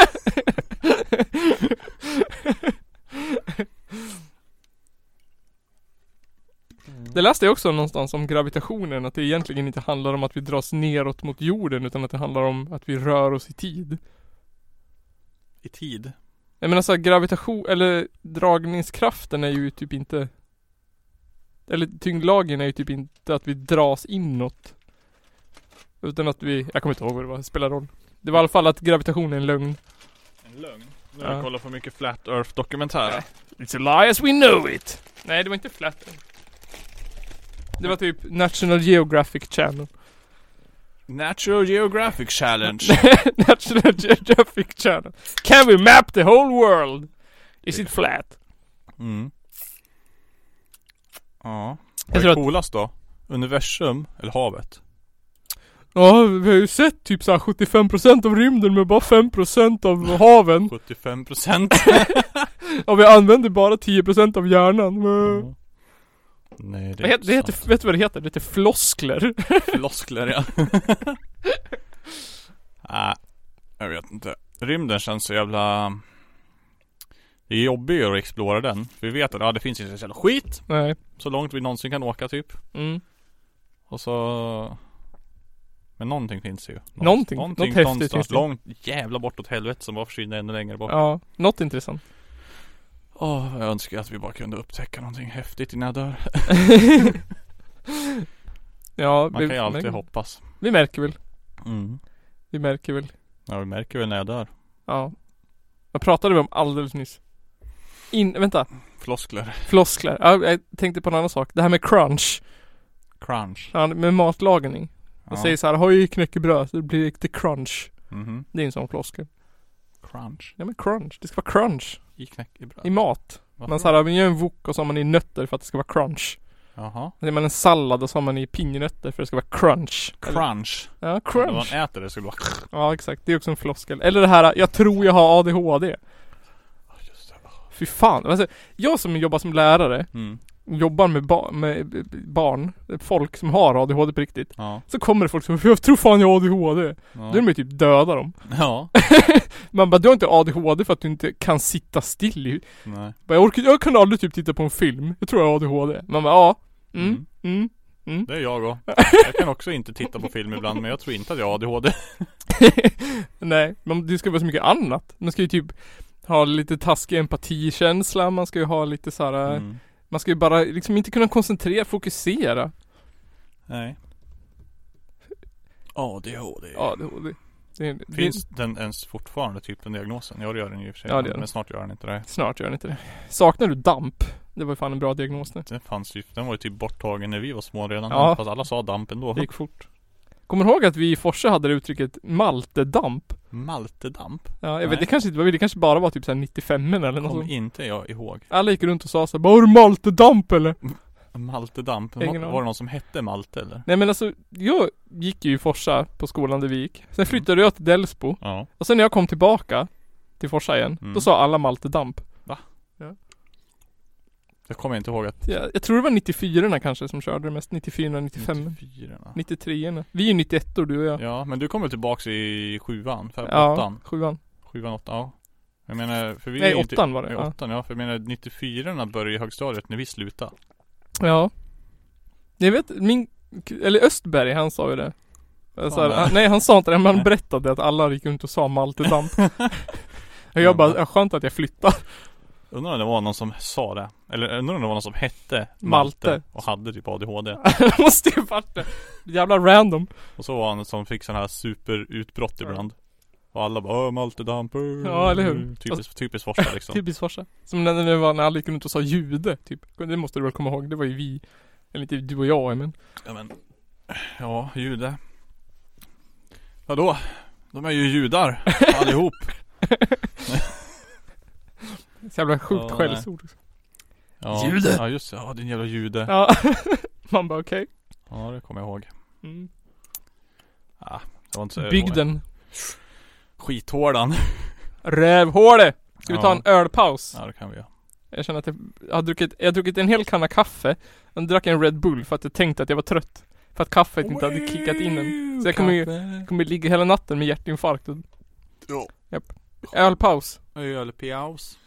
Det läste jag också någonstans om gravitationen, att det egentligen inte handlar om att vi dras neråt mot jorden, utan att det handlar om att vi rör oss i tid. I tid? Jag menar så här, gravitation, eller dragningskraften är ju typ inte, eller tyngdlagen är ju typ inte att vi dras inåt, utan att vi, jag kommer inte ihåg vad det var, det spelar roll. Det var i alla fall att gravitation är en lögn. En lögn? Nu har jag kollat för mycket Flat Earth dokumentärer. It's a lie as we know it. Nej, det var inte Flat Earth. Det var typ National Geographic Channel. Natural Geographic Challenge. National Geographic Channel. Can we map the whole world? Is it flat? Mm. Ja. Jag Vad tror är att- coolast då? Universum eller havet? Ja, vi har ju sett typ såhär 75% av rymden med bara 5% av haven. 75%. Och vi använder bara 10% av hjärnan. Mm. Nej, det är Det heter, vet du vad det heter? Det heter floskler. floskler, ja. Nej, jag vet inte. Rymden känns så jävla... Det är jobbigt att explora den. För vi vet att det finns inte så jävla skit. Nej. Så långt vi någonsin kan åka typ. Mm. Och så... Men någonting finns det ju. Något häftigt finns det. Långt jävla bortåt helvete som bara försvinner ännu längre bort. Ja, något intressant. Jag önskar att vi bara kunde upptäcka någonting häftigt innan jag dör. Ja, Man kan ju alltid hoppas. Vi märker väl. Mm. Vi märker väl. Ja, vi märker väl när jag dör. Ja. Vad pratade vi om alldeles nyss? Vänta. Floskler. Ja, jag tänkte på en annan sak. Det här med crunch. Ja, med matlagning. Jag säger så här, har ju knäckebröd så det blir lite crunch. Mhm. Det är en sån floskel. Crunch? Ja, men crunch. Det ska vara crunch. I knäckebröd? I mat. Varför Man, så här, man gör en wok och så har man i nötter för att det ska vara crunch. Jaha. Så gör man en sallad och så har man i pinjenötter för att det ska vara crunch. Crunch? Ja, När crunch. man äter det så det bara... Ja, exakt. Det är också en floskel. Eller det här, jag tror jag har ADHD. Just det. Fy fan. Alltså, jag som jobbar som lärare, Mm. jobbar med, barn, folk som har ADHD på riktigt. Ja. Så kommer det folk som, jag tror fan jag har ADHD. Ja. Då är de ju typ döda dem. Ja. Man bara, du har inte ADHD för att du inte kan sitta still. Nej. Jag kan aldrig typ titta på en film. Jag tror jag har ADHD. Man bara, ja. Det är jag också. Jag kan också inte titta på film ibland, men jag tror inte att jag har ADHD. Nej, men det ska vara så mycket annat. Man ska ju typ ha lite taskig empatikänsla. Man ska ju ha lite så här. Man ska ju bara liksom inte kunna fokusera. Nej. ADHD. ADHD. Finns den ens fortfarande typ den diagnosen? Ja, det gör den ju i och för sig. Ja, det gör den. Men snart gör den inte det. Snart gör den inte det. Saknar du damp? Det var ju fan en bra diagnos nu. Den var ju typ borttagen när vi var små redan. Ja. Fast alla sa damp ändå. Det gick fort. Kommer du ihåg att vi i Forsa hade det uttrycket maltedamp? Maltedamp? Ja, jag vet, det kanske bara var typ såhär 95 eller något Kom sånt. inte jag ihåg. Alla gick runt och sa såhär, har du maltedamp eller? Maltedamp? Var det någon som hette Malte eller? Nej men alltså, jag gick ju i Forsa på skolan där vi gick. Sen flyttade jag till Delsbo. Ja. Och sen när jag kom tillbaka till Forsa igen, då sa alla maltedamp. Va? Ja. Jag kommer inte ihåg att... Jag tror det var 94 kanske som körde det mest. 94, 95. 93. Vi är ju 91 år, du och jag. Ja, men du kommer tillbaks i 7an, 8an. Ja, 7an. 7an, 8, ja. Jag menar, för vi... Nej, 8an var det. 8an, ja. För jag menar, 94 började i högstadiet när vi slutade. Ja. Jag vet, eller Östberg, han sa ju det. Han sa inte det, men han berättade att alla gick runt och sa maltedamp. Jag bara, skönt att jag flyttade. Undrar om det var någon som sa det. Eller undrar om det var någon som hette Malte och hade typ ADHD. Det måste ju varit det. Jävla random. Och så var han som fick sån här superutbrott ibland. Och alla bara, maltedamp. Ja, eller hur? Typiskt Forsa liksom. Typiskt Forsa. Som när alla gick runt och sa jude, typ. Det måste du väl komma ihåg. Det var ju vi. Eller inte du och jag, men. Ja, jude. Vadå? De är ju judar allihop. Så jävla sjukt skällsord. Ja, jude! Ja, just det. Ja, din jävla jude. Ja. Man bara okej. Ja, det kommer jag ihåg. Ja, det var inte så Bygden. Skithårdan. Rävhåle. Ska vi ta en ölpaus? Ja, det kan vi göra. Jag känner att jag har druckit en hel kanna kaffe. Jag drack en Red Bull för att jag tänkte att jag var trött. För att kaffet inte hade kickat in den. Så jag kommer ligga hela natten med hjärtinfarkt. Ja. Japp. Ölpaus. Ölpaus.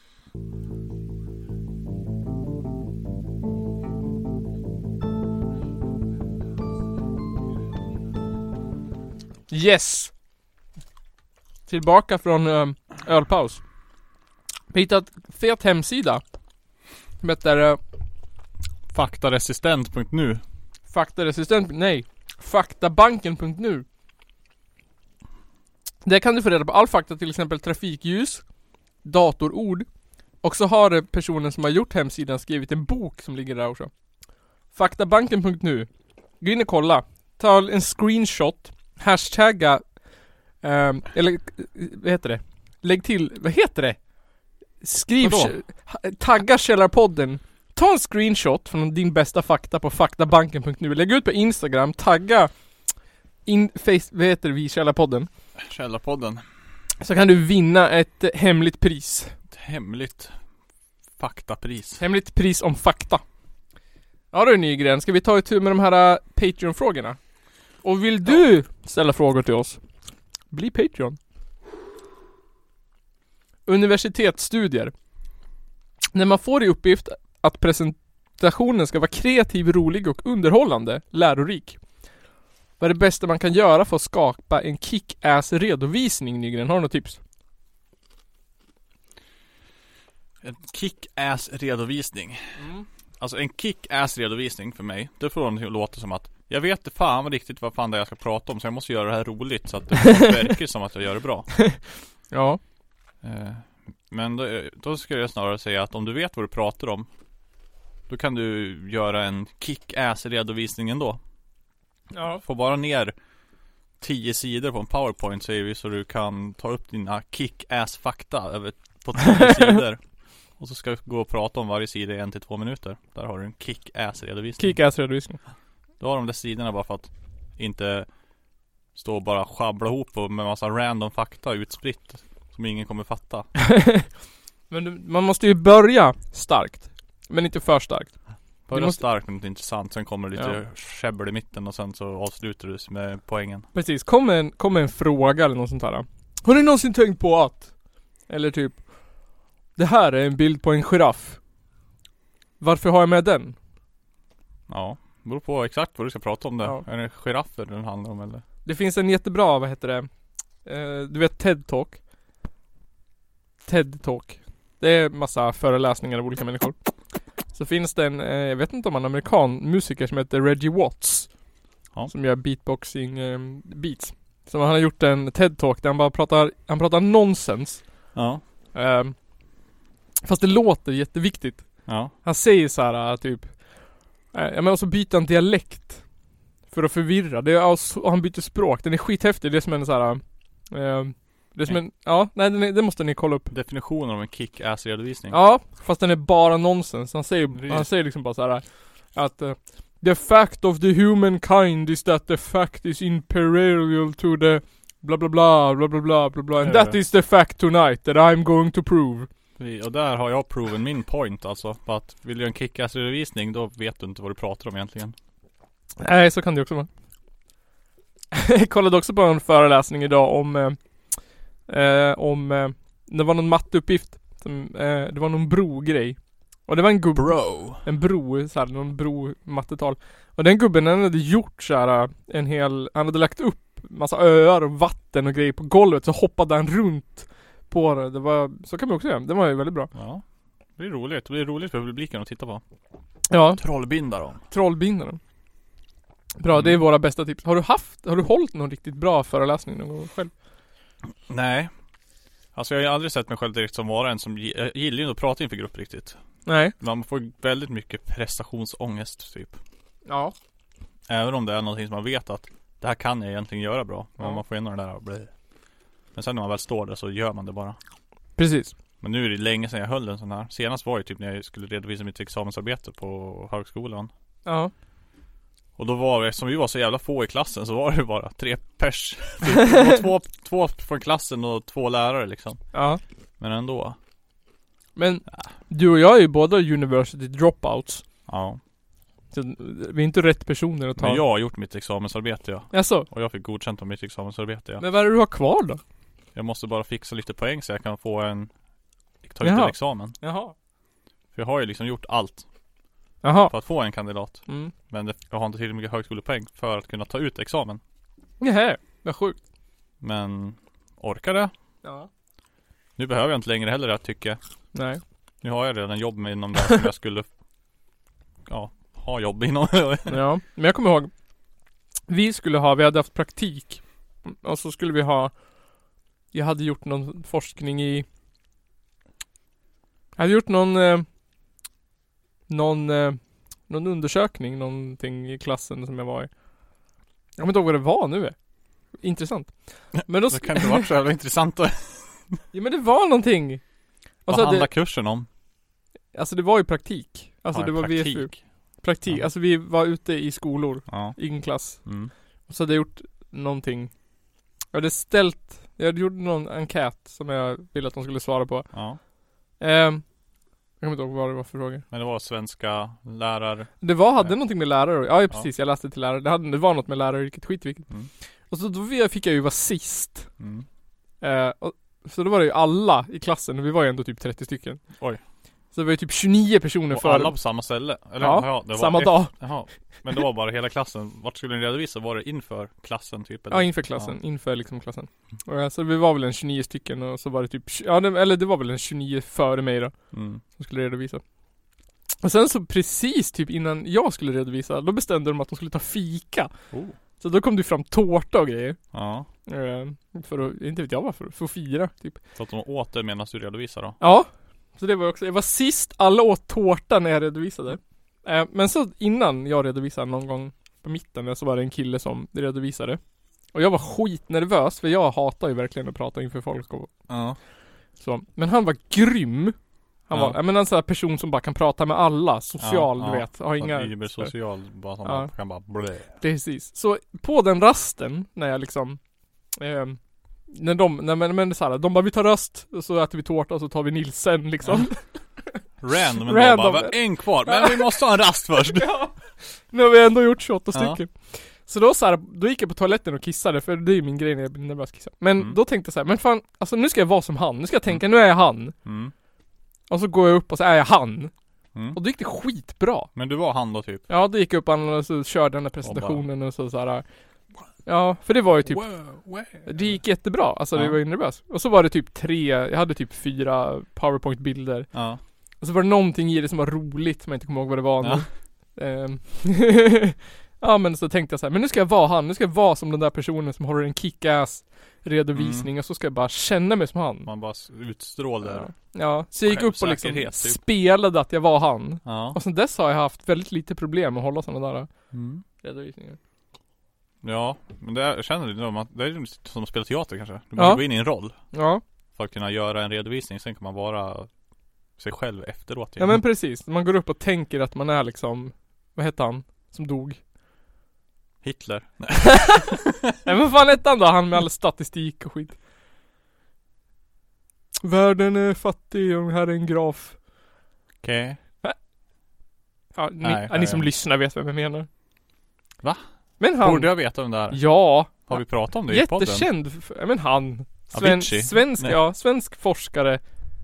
Yes. Tillbaka från ölpaus. Vi har hittat fet hemsida. Som heter Faktaresistent.nu. Faktabanken.nu. Där kan du få reda på all fakta, till exempel trafikljus, datorord. Och så har personen som har gjort hemsidan skrivit en bok som ligger där också. Faktabanken.nu. Gå in och kolla. Ta en screenshot. Hashtagga eller vad heter det? Lägg till, vad heter det? Skriv, tagga Källarpodden. Ta en screenshot från din bästa fakta på faktabanken.nu. Lägg ut på Instagram, tagga vad heter vi, Källarpodden? Källarpodden. Så kan du vinna ett hemligt pris. Ett hemligt faktapris. Hemligt pris om fakta. Ja du Nygren, ska vi ta itu med de här Patreon-frågorna? Och vill du ställa frågor till oss? Bli Patreon. Universitetsstudier. När man får i uppgift att presentationen ska vara kreativ, rolig och underhållande, lärorik. Vad är det bästa man kan göra för att skapa en kick-ass redovisning, Nygren? Har du några tips? En kick-ass redovisning. Alltså en kick-ass redovisning för mig, det får det låta som att jag vet inte fan riktigt vad fan det är jag ska prata om, så jag måste göra det här roligt så att det verkar som att jag gör det bra. Ja. Men då ska jag snarare säga att om du vet vad du pratar om, då kan du göra en kick-ass redovisning ändå. Ja. Få bara ner 10 sidor på en PowerPoint, säger vi, så du kan ta upp dina kick-ass fakta över på 10 sidor. Och så ska du gå och prata om varje sida i 1-2 minuter. Där har du en kick-ass redovisning. Kick-ass redovisning. Då har de där sidorna bara för att inte stå och bara schabbla ihop med massa random fakta utspritt som ingen kommer fatta. Men man måste ju börja starkt, men inte för starkt. Börja starkt men inte intressant. Sen kommer det lite käbbel i mitten och sen så avslutar du med poängen. Precis, kom en fråga eller något sånt här. Har ni någonsin tänkt på att? Eller typ, det här är en bild på en giraff. Varför har jag med den? Ja, det beror på exakt vad du ska prata om det. Ja. Är det giraffer den handlar om eller? Det finns en jättebra, vad heter det? Du vet TED Talk. TED Talk. Det är massa föreläsningar av olika människor. Så finns det en, jag vet inte om en amerikan musiker som heter Reggie Watts. Ja. Som gör beatboxing beats. Så han har gjort en TED Talk där han pratar nonsens. Ja. Fast det låter jätteviktigt. Ja. Han säger så här typ men också byta en dialekt för att förvirra. Det är han byter språk. Den är skithäftig. Det är som en så här det är som en, det måste ni kolla upp. Definitionen av en kick-ass redovisning. Ja, fast den är bara nonsens. Han säger liksom bara så här att the fact of the humankind is that the fact is imperial to the bla bla bla bla bla bla bla bla and that is the fact tonight that I'm going to prove. Och där har jag proven min point, alltså på att vill du en kick-ass redovisning, då vet du inte vad du pratar om egentligen. Nej, så kan det också vara. Jag kollade också på en föreläsning idag om det var någon matteuppgift som, det var någon bro-grej. Och det var en gubbe. En bro, så här, någon bro-mattetal. Och den gubben, han hade gjort så här han hade lagt upp massa öar och vatten och grejer på golvet, så hoppade han runt på det. Det var, så kan man också göra. Det var ju väldigt bra. Ja, det är roligt. Det är roligt för publiken att titta på. Ja. Trollbindaren. Bra, det är våra bästa tips. Har du hållit någon riktigt bra föreläsning någon gång själv? Nej. Alltså jag har aldrig sett mig själv direkt som vara en som gillar ju inte att prata inför grupp riktigt. Nej. Man får väldigt mycket prestationsångest typ. Ja. Även om det är någonting som man vet att det här kan jag egentligen göra bra. Men man får ändå det där och bli. Men sen när man väl står där så gör man det bara. Precis. Men nu är det länge sedan jag höll en sån här. Senast var det typ när jag skulle redovisa mitt examensarbete på högskolan. Ja. Och då var det, som vi var så jävla få i klassen, så var det bara 3 pers. Det var två från klassen och 2 lärare liksom. Ja. Men ändå. Men du och jag är ju båda university dropouts. Ja. Så vi är inte rätt personer att ta. Men jag har gjort mitt examensarbete, ja. Jaså? Och jag fick godkänt på mitt examensarbete, ja. Men vad är det du har kvar då? Jag måste bara fixa lite poäng så jag kan få ta ut en examen. Jaha. För jag har ju liksom gjort allt. Jaha. För att få en kandidat. Men jag har inte tillräckligt mycket högskolepoäng för att kunna ta ut examen. Jaha, vad sjukt. Men orkar det? Ja. Nu behöver jag inte längre heller det, tycker jag. Nej. Nu har jag redan jobb med inom det som jag skulle ha jobb inom. Ja, men jag kommer ihåg vi hade haft praktik. Och så skulle vi ha, jag hade gjort någon forskning i, jag hade gjort någon undersökning, någonting i klassen som jag var i. Jag kommer inte ihåg vad det var nu. Intressant. Men då det kan inte vara så jävla intressant då. Ja, men det var någonting. Vad handlar kursen om? Alltså det var ju praktik. Alltså det var praktik. VFU. Praktik. Ja. Alltså vi var ute i skolor. Ja. I en klass. Och så hade jag gjort någonting. Jag gjorde någon enkät som jag ville att de skulle svara på. Ja. Jag kommer inte ihåg vad det var för frågor. Men det var svenska lärare. Det hade någonting med lärare. Ja, precis. Jag läste till lärare. Det var något med läraryrket. Skitviktigt. Och så då fick jag ju vara sist. Så då var det ju alla i klassen. Vi var ju ändå typ 30 stycken. Oj. Så det var ju typ 29 personer och alla på samma ställe? Eller? Ja, det var samma dag. Jaha. Men det var bara hela klassen. Vart skulle ni redovisa? Var det inför klassen typ? Eller? Ja, inför klassen. Ja. Inför liksom klassen. Och så vi var väl en 29 stycken. Och så var det typ, det var väl en 29 före mig då. Som skulle redovisa. Och sen så precis typ innan jag skulle redovisa, då bestämde de att de skulle ta fika. Så då kom det fram tårta och grejer. Ja. För att, inte vet jag varför, för att fira typ. Så att de åt det medan du redovisade då? Ja. Så det var också, jag var sist, alla åt tårta när jag redovisade. Men så innan jag redovisade någon gång på mitten så var det en kille som redovisade. Och jag var skitnervös för jag hatar ju verkligen att prata inför folk och så. Men han var grym. Han var en sån här person som bara kan prata med alla, social, du vet. Har inga social, bara som man kan bara blä. Precis. Så på den rasten när jag liksom när de bara vi tar röst och så äter vi tårta och så tar vi Nilsen liksom. Random. Bara, en kvar, men vi måste ha en rast först. Ja. Nu har vi ändå gjort 28 stycken. Så då gick jag på toaletten och kissade, för det är ju min grej när jag blir nervös kissa. Men då tänkte jag så här, men fan, alltså nu ska jag vara som han. Nu ska jag tänka, nu är jag han. Och så går jag upp och så är jag han. Och då gick det skitbra. Men du var han då typ? Ja, då gick jag upp och så körde den där presentationen och så här. Ja, för det var ju typ det gick jättebra, alltså det var ju nervös. Och så var det typ jag hade typ 4 PowerPoint-bilder. Ja. Och så var det någonting i det som var roligt, som jag inte kommer ihåg vad det var nu. Ja, men så tänkte jag så här, men nu ska jag vara han. Nu ska jag vara som den där personen som håller en kick-ass redovisning. Och så ska jag bara känna mig som han. Man bara utstrålar. Ja, så jag gick upp och liksom spelade att jag var han. Och sen dess har jag haft väldigt lite problem att hålla sådana där redovisningar. Ja, men jag känner det är som att spela teater kanske. Du måste gå in i en roll. Ja. För att kunna göra en redovisning. Sen kan man vara sig själv efteråt. Ja, men precis. Man går upp och tänker att man är liksom, vad heter han som dog? Hitler. Nej, men vad fan hette han då? Han med all statistik och skit. Världen är fattig och här är en graf. Okej. Ja, ni som lyssnar vet vem jag menar. Va? Men han... Borde jag veta om det här? Ja. Har vi pratat om det i podden? Jättekänd. Men han. Svensk forskare.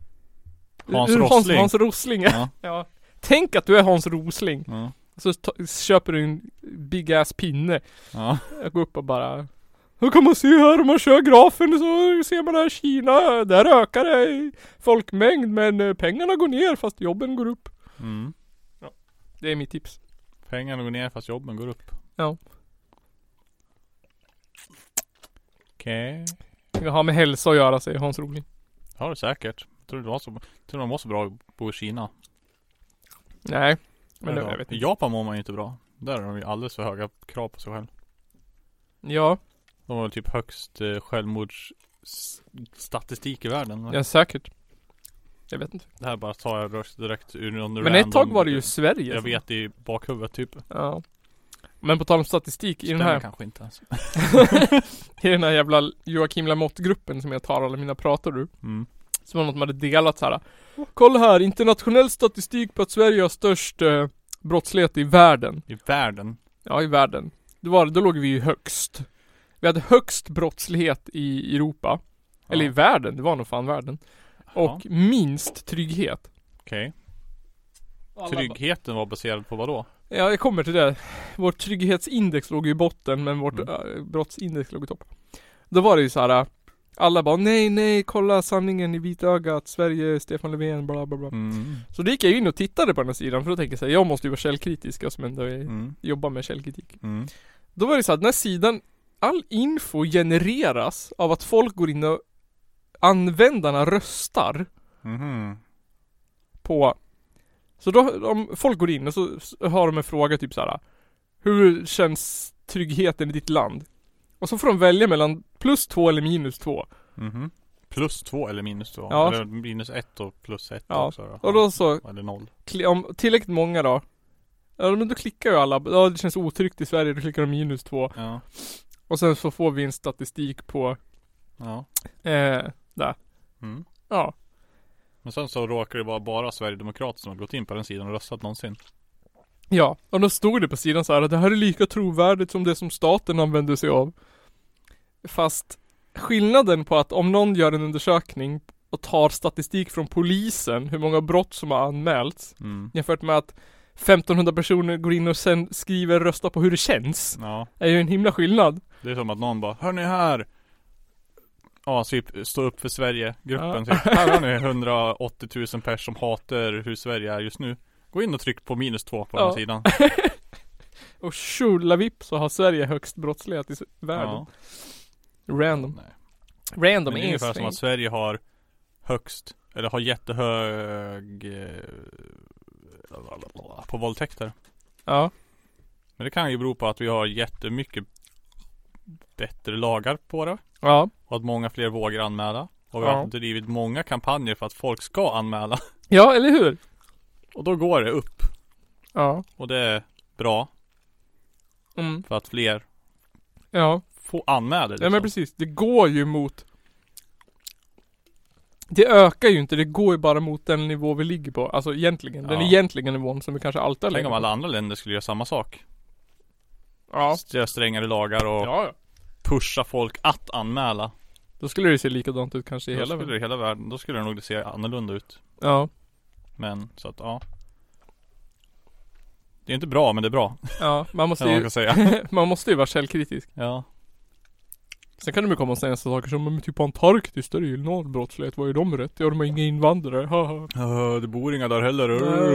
Hans Rosling. Ja. Tänk att du är Hans Rosling. Ja. Så köper du en big ass pinne. Ja. Jag går upp och bara... Hur kan man se här om man kör grafen så ser man här Kina. Där ökar det i folkmängd men pengarna går ner fast jobben går upp. Ja. Det är mitt tips. Pengarna går ner fast jobben går upp. Ja. Okej. Det har med hälsa att göra, säger Hans Rosling. Ja, det säkert. Jag tror de var så bra att bo i Kina. Nej. Men det, jag vet inte. I Japan mår man ju inte bra. Där har de ju alldeles för höga krav på sig själv. Ja. De var typ högst självmordsstatistik i världen. Ja, säkert. Jag vet inte. Det här bara tar jag direkt ur någon men ett tag var det ju Sverige. Jag vet i bakhuvudet typ. Ja. Men på tal om statistik i den här kanske inte ens. i den här jävla Joakim Lamotte-gruppen som jag tar alla mina pratar ur. Så var något som hade delat så här. Kolla här, internationell statistik på att Sverige har störst brottslighet i världen. I världen? Ja, i världen. Då låg vi ju högst. Vi hade högst brottslighet i Europa. Ja. Eller i världen, det var nog fan världen. Och minst trygghet. Okej. Tryggheten var baserad på vad då? Ja, jag kommer till det. Vårt trygghetsindex låg i botten, men vårt brottsindex låg i topp. Då var det ju så här. Alla bara, nej, kolla sanningen i vitögat, Sverige, Stefan Löfven, bla bla bla. Så då gick jag in och tittade på den här sidan, för då tänkte jag så här, jag måste ju vara källkritisk, jag som ändå jobbar med källkritik. Då var det så att den här sidan, all info genereras av att folk går in och användarna röstar på. Så då, om folk går in och så har de en fråga typ så här: hur känns tryggheten i ditt land? Och så får de välja mellan +2 eller -2. +2 eller -2? Ja. Eller -1 och +1 också då? Och då så eller 0. Om tillräckligt många då. Ja, men då klickar ju alla. Ja, det känns otryggt i Sverige, då klickar de -2. Ja. Och sen så får vi en statistik på där. Ja. Men sen så råkar det vara bara Sverigedemokrater som har gått in på den sidan och röstat någonsin. Ja, och då stod det på sidan så här att det här är lika trovärdigt som det som staten använder sig av. Fast skillnaden på att om någon gör en undersökning och tar statistik från polisen, hur många brott som har anmälts, jämfört med att 1500 personer går in och sen skriver rösta på hur det känns, är ju en himla skillnad. Det är som att någon bara, hör ni här? Ja, typ stå upp för Sverige-gruppen. Typ. Här har ni 180 000 personer som hatar hur Sverige är just nu. Gå in och tryck på -2 på den sidan. Och tjolavipp så har Sverige högst brottslighet i världen. Random. Nej. Random är ungefär som att Sverige har högst, eller har jättehög på våldtäkter. Ja. Men det kan ju bero på att vi har jättemycket bättre lagar på det. Ja. Och att många fler vågar anmäla. Och vi har drivit många kampanjer för att folk ska anmäla. Ja, eller hur? Och då går det upp. Ja. Och det är bra. För att fler får anmäla liksom. Ja, men precis. Det går ju mot, det ökar ju inte, det går ju bara mot den nivå vi ligger på. Alltså egentligen, den egentligen nivån som vi kanske alltid har. Tänk om alla andra länder skulle göra samma sak. Ja. Strängare lagar och pusha folk att anmäla. Då skulle det se likadant ut kanske i hela världen. Hela världen. Då skulle det nog se annorlunda ut. Ja. Men så att det är inte bra, men det är bra. Ja, man måste ju säga. Man måste ju vara källkritisk. Ja. Sen kan de ju komma och säga saker som typ Antarktis, där är ju noll brottslighet. Vad är de rätt? Ja, de har inga invandrare. Det bor inga där heller.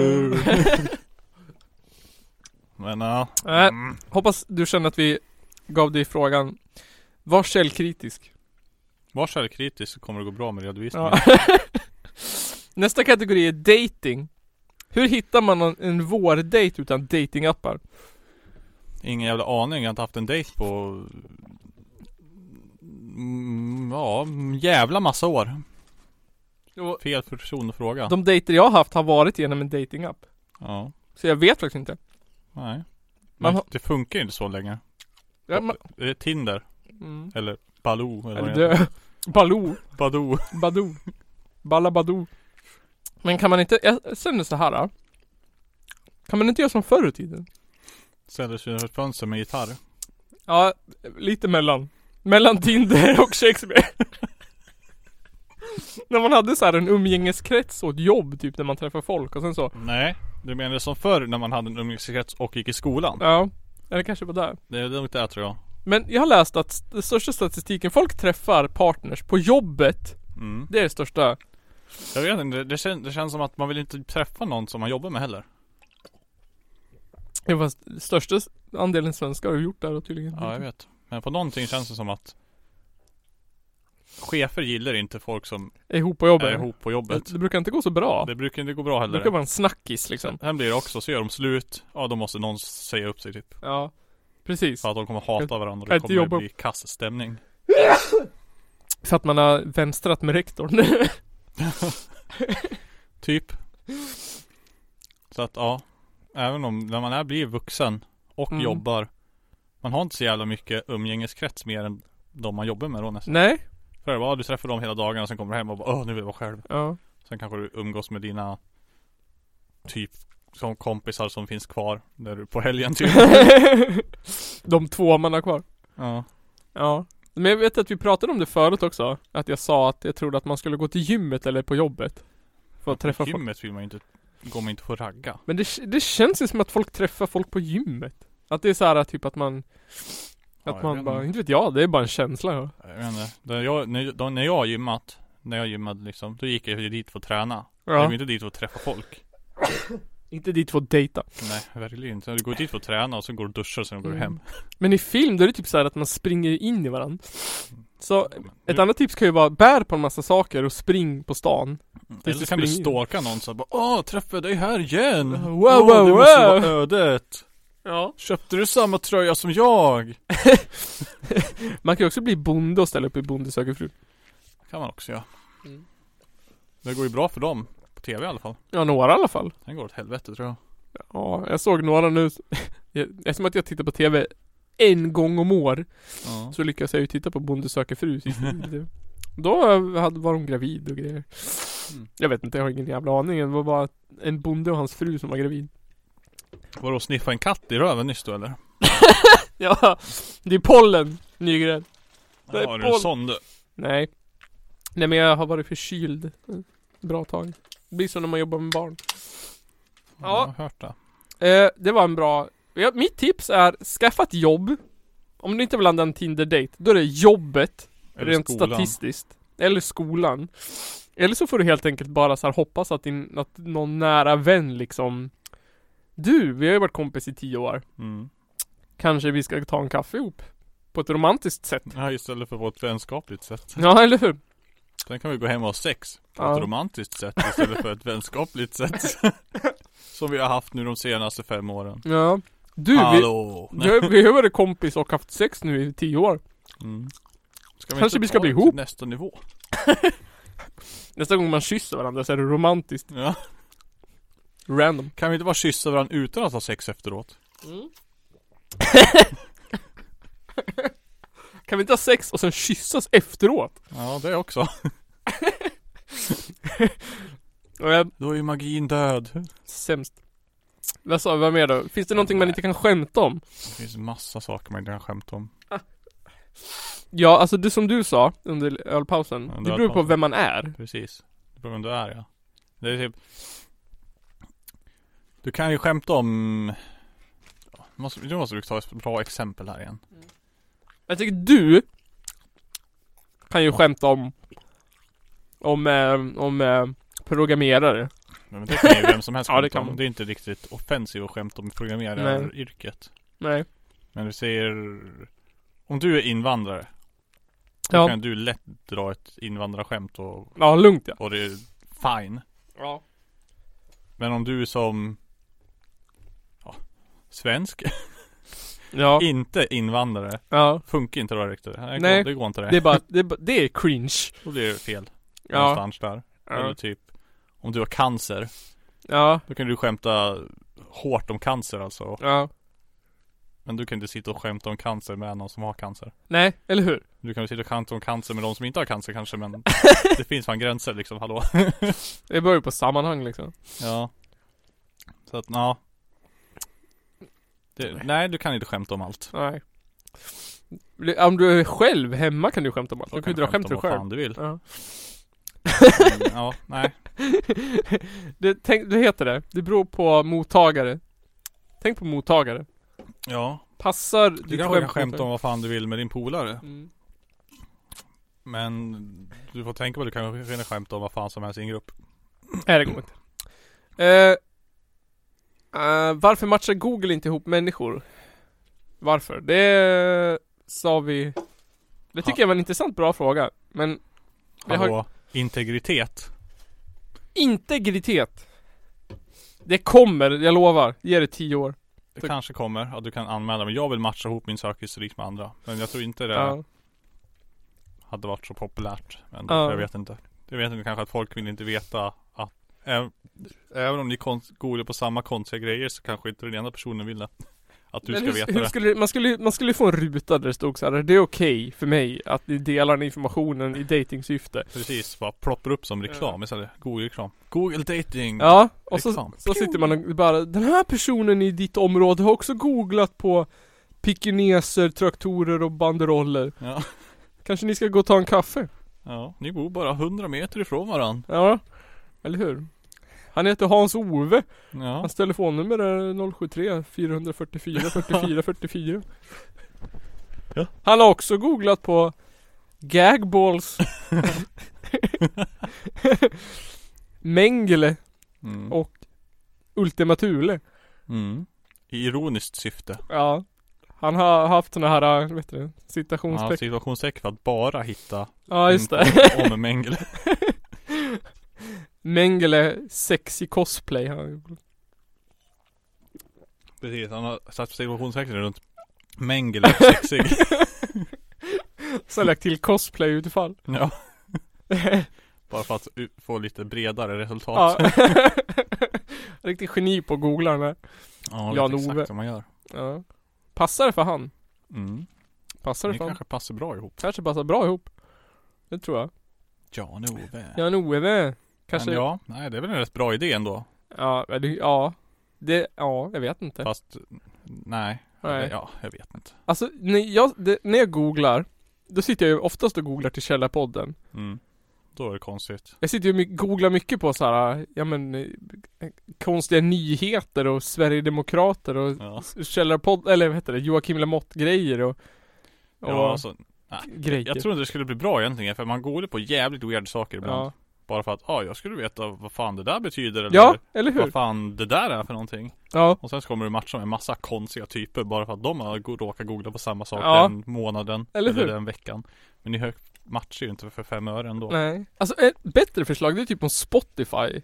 Men hoppas du känner att vi gav dig frågan. Var källkritisk. Var källkritisk så kommer det gå bra med redovisningen. Nästa kategori är dating. Hur hittar man en vårdate utan datingappar? Ingen jävla aning. Jag har inte haft en date på jävla massa år. Fel person att fråga. De dejter jag har haft har varit genom en datingapp. Ja. Så jag vet faktiskt inte. Nej. Men det funkar ju inte så länge. Ja, är det Tinder? Eller Baloo? Eller Badoo. Balla Badoo. Men kan man inte, jag känner så här. Kan man inte göra som förr i tiden? Ställer sig ett fönster med gitarr. Ja, lite mellan Tinder och Shakespeare. När man hade så här en umgängeskrets och ett jobb typ när man träffar folk och sen så. Nej, du menar som förr när man hade en umgängeskrets och gick i skolan? Ja, eller kanske var där. Det är nog där tror jag. Men jag har läst att den största statistiken, folk träffar partners på jobbet. Det är det största. Jag vet inte, det känns som att man vill inte träffa någon som man jobbar med heller. Ja, fast största andelen svenskar har gjort det här tydligen. Ja, jag vet. Men på någonting känns det som att chefer gillar inte folk som är ihop på jobbet. Det brukar inte gå så bra. Det brukar inte gå bra heller. Det brukar vara en snackis liksom. Sen blir det också, så gör de slut. Ja, då måste någon säga upp sig typ. Ja, precis. För att de kommer hata varandra och det kommer bli kassstämning. För att man har vänstrat med rektorn. Typ. Så att även om när man blir vuxen och jobbar, man har inte så jävla mycket umgängeskrets mer än de man jobbar med då nästan. Nej. För du träffar dem hela dagen och sen kommer du hem och bara, nu vill jag vara själv. Ja. Sen kanske du umgås med dina typ som kompisar som finns kvar där på helgen typ. De 2 man har kvar. Ja. Ja. Men jag vet att vi pratade om det förut också. Att jag sa att jag trodde att man skulle gå till gymmet eller på jobbet. För att träffa folk. Gymmet vill man inte, går man inte få ragga. Men det känns ju som att folk träffar folk på gymmet. Att det är så här typ att man... Att man bara, inte vet jag, det är bara en känsla. Ja. Jag vet inte. När jag gymmat, när jag gymmade liksom, då gick jag ju dit för att träna. Ja. Jag gick inte dit för att träffa folk. Inte dit för att dejta. Nej, verkligen inte. Du går dit för att träna och så går du och duschar och sen går du hem. Men i film då är det typ så här att man springer in i varandra. Så ett annat tips kan ju vara bär på en massa saker och spring på stan. Eller så kan du stalka någon så bara, träffar dig här igen. Wow. Det måste vara ödet. Ja. Köpte du samma tröja som jag? Man kan ju också bli bonde och ställa upp i Bonde söker fru. Kan man också göra. Det går ju bra för dem. På tv i alla fall. Ja, några i alla fall. Den går åt helvete tror jag. Ja, jag såg några nu. Eftersom att jag tittar på tv en gång om år. Ja. Så lyckas jag ju titta på Bonde söker fru. Då var de gravid och grejer. Jag vet inte, jag har ingen jävla aning. Det var bara en bonde och hans fru som var gravid. Var då sniffa en katt i röven nyss då eller? Ja, det är pollen, Nygren. Ja, är du en sån du? Nej, men jag har varit förkyld bra tag. Det blir så när man jobbar med barn. Ja, jag har hört det. Det var en bra... mitt tips är, skaffa ett jobb. Om du inte vill landa en Tinder-date, då är det jobbet. Eller rent skolan. Statistiskt. Eller skolan. Eller så får du helt enkelt bara så här hoppas att någon nära vän liksom... Du, vi har ju varit kompis i 10 år. Kanske vi ska ta en kaffe ihop. På ett romantiskt sätt. Ja, istället för på ett vänskapligt sätt. Ja, eller hur? Sen kan vi gå hem och ha sex. På ett romantiskt sätt istället för ett vänskapligt sätt. Som vi har haft nu de senaste 5 åren. Ja. Du, vi har varit kompis och haft sex nu i 10 år. Kanske vi ska bli ihop. Nästa nivå. Nästa gång man kysser varandra så är det romantiskt. Ja. Random. Kan vi inte bara kyssa varandra utan att ha sex efteråt? Kan vi inte ha sex och sen kyssas efteråt? Ja, det också. Då är ju magin död. Sämst. Vad mer då? Finns det någonting man inte kan skämta om? Det finns massa saker man inte kan skämta om. Ja, alltså det som du sa under ölpausen. Det beror på vem man är. Precis. Det beror på vem du är, ja. Det är typ... Du kan ju skämta om... Nu måste du ta ett bra exempel här igen. Jag tycker du kan ju skämta om programmerare. Men det kan ju vem som helst ja, det kan om. Det är inte riktigt offensivt att skämta om programmeraryrket. Nej. Men du säger... Om du är invandrare, då kan du lätt dra ett invandrarskämt och... Ja, lugnt ja. Och det är fine. Ja. Men om du är som... svensk... Ja. Inte invandrare. Ja. Funkar inte då riktigt. Nej. Det går inte det. Det är bara, det är cringe. Då blir det fel. Ja. Någonstans där. Ja. Eller typ, om du har cancer. Ja. Då kan du skämta hårt om cancer alltså. Ja. Men du kan inte sitta och skämta om cancer med någon som har cancer. Nej, eller hur? Du kan ju sitta och skämta om cancer med de som inte har cancer kanske, men det finns fan gränser liksom, hallå. Det börjar på sammanhang liksom. Ja. Så att, ja. Nej, du kan inte skämta om allt. Nej. Om du är själv hemma kan du skämta om allt. Då du kan ju dra skämt till dig själv. Fan du vill. Ja. Ja, nej. Det heter det. Det beror på mottagare. Tänk på mottagare. Ja. Passar du kan skämta om vad fan du vill med din polare. Men du får tänka på att du kan skämta om vad fan som helst i en grupp. Nej, det går inte. Varför matchar Google inte ihop människor? Varför? Det sa vi. Det tycker jag var en intressant bra fråga. Men integritet. Integritet. Det kommer, jag lovar. Ge det 10 år. Det kanske kommer, att du kan anmäla. Men jag vill matcha ihop min sökhistorik med andra. Men jag tror inte det hade varit så populärt. Men jag vet inte. Jag vet inte, kanske att folk vill inte veta att även om ni googlar på samma konstiga grejer så kanske inte den ena personen vill det. att du ska veta det. Man skulle få en ruta där det stod så här: det är okej för mig att ni delar den informationen i datingsyfte. Precis, bara ploppar upp som reklam istället. Google-reklam. Google dating. Ja, och så sitter man och bara, den här personen i ditt område har också googlat på pikeneser, traktorer och banderoller. Ja. Kanske ni ska gå och ta en kaffe? Ja, ni bor bara 100 meter ifrån varann. Ja, eller hur? Han heter Hans Ove. Ja. Hans telefonnummer är 073 444 44 44. Ja. Han har också googlat på gagballs. Mengele och Ultima Thule. I ironiskt syfte. Ja. Han har haft såna här, vet du, citationstecken. Ja, citationstecken för att bara hitta. Ja, just det. Om Mengele. Mengele sexy cosplay. Precis, han har satt citationstecken runt Mengele sexig. Så lagt till cosplay utifall. Ja. Bara för att få lite bredare resultat. Ja. Riktigt geni på googlarna. Ja, Jan exakt Ove. som man gör. Ja. Passar det för han? Passar det Ni för han? kanske passar bra ihop. Kanske passar bra ihop. Det tror jag. Jan Ove. Jan Ove. Kanske. Men ja, nej det är väl en rätt bra idé ändå. Ja, jag vet inte. Fast, nej. Ja, jag vet inte. Alltså, när jag googlar, då sitter jag ju oftast och googlar till Källarpodden. Då är det konstigt. Jag sitter ju och googlar mycket på så här, konstiga nyheter och Sverigedemokrater och Källarpodd, eller vad heter det, Joakim Lamotte grejer och alltså, grejer. Jag tror inte det skulle bli bra egentligen, för man googlar på jävligt weird saker ibland. Ja. Bara för att, jag skulle veta vad fan det där betyder eller hur? Vad fan det där är för någonting. Ja. Och sen så kommer du matcha med en massa konstiga typer bara för att de har råkat googla på samma sak den månaden eller den veckan. Men ni matchar ju inte för 5 öre ändå. Nej. Alltså ett bättre förslag, det är typ om Spotify.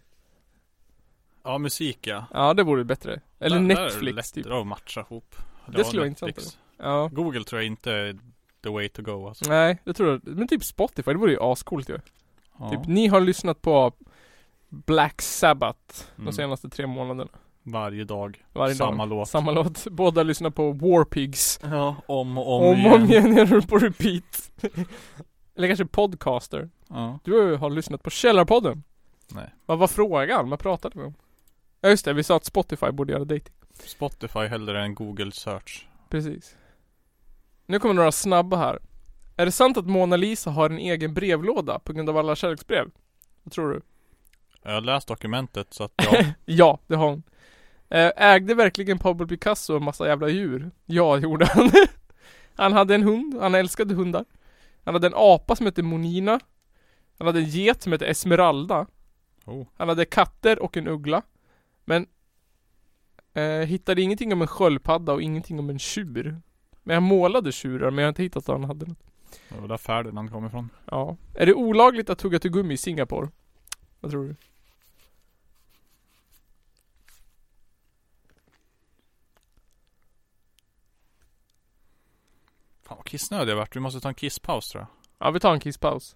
Ja, musik ja. Ja, det vore bättre. Eller där Netflix typ. Att matcha ihop. Det skulle vara intressant. Ja. Google tror jag inte är the way to go alltså. Nej, det tror jag. Men typ Spotify, det vore ju ascoolt ju. Ja. Typ, ni har lyssnat på Black Sabbath de senaste 3 månaderna. Varje dag. Samma låt. Båda lyssnar på War Pigs. Ja, om och om igen på repeat. Eller kanske podcaster. Ja. Du har lyssnat på Källarpodden. Nej. Vad var frågan? Vad pratade vi om? Ja just det, vi sa att Spotify borde göra dating. Spotify hellre än Google search. Precis. Nu kommer några snabba här. Är det sant att Mona Lisa har en egen brevlåda på grund av alla kärleksbrev? Vad tror du? Jag har läst dokumentet så att ja. Ja, det har hon. Ägde verkligen Pablo Picasso en massa jävla djur? Ja, det gjorde han. Han hade en hund, han älskade hundar. Han hade en apa som hette Monina. Han hade en get som hette Esmeralda. Han hade katter och en uggla. Men hittade ingenting om en sköldpadda och ingenting om en tjur. Men jag målade tjurar, men jag har inte hittat att han hade något. Det var där Ferdinand kom ifrån. Ja. Är det olagligt att tugga tuggummi i Singapore? Vad tror du? Fan vad kissnödig jag varit. Vi måste ta en kisspaus tror jag. Ja, vi tar en kisspaus.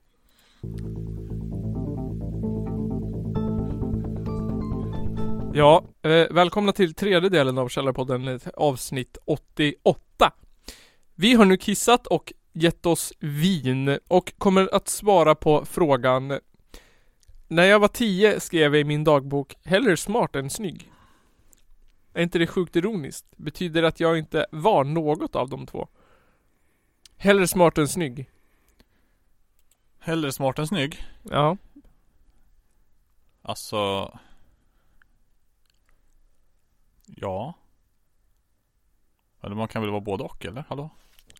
Ja, välkomna till 3:e delen av Källarpodden, avsnitt 88. Vi har nu kissat och gett oss vin och kommer att svara på frågan. När jag var 10 skrev jag i min dagbok hellre smart än snygg. Är inte det sjukt ironiskt? Betyder det att jag inte var något av de två? Hellre smart än snygg. Hellre smart än snygg? Ja. Alltså... Ja. Eller man kan väl vara både och, eller? Hallå?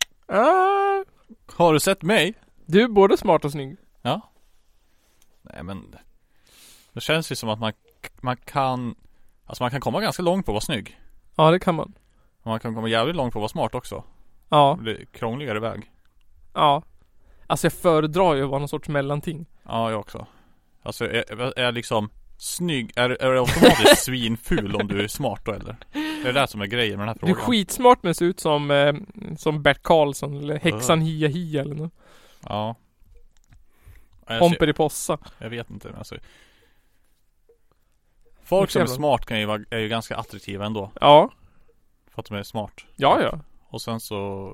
Har du sett mig? Du är både smart och snygg. Ja. Nej men... Det känns ju som att man kan... Alltså man kan komma ganska långt på att vara snygg. Ja, det kan man. Och man kan komma jävligt långt på att vara smart också. Ja. Det är krångligare väg. Ja. Alltså jag föredrar ju att vara någon sorts mellanting. Ja, jag också. Alltså är liksom snygg, är det automatiskt svinful om du är smart då eller? Det är det som är grejen med den här frågan. Du är skitsmart men ser ut som Bert Karlsson eller häxan Hia eller något. Ja. Pomperipossa. Jag vet inte, men alltså folk som är smart är ju ganska attraktiva ändå. Ja. För att de är smart. Ja. Och sen så...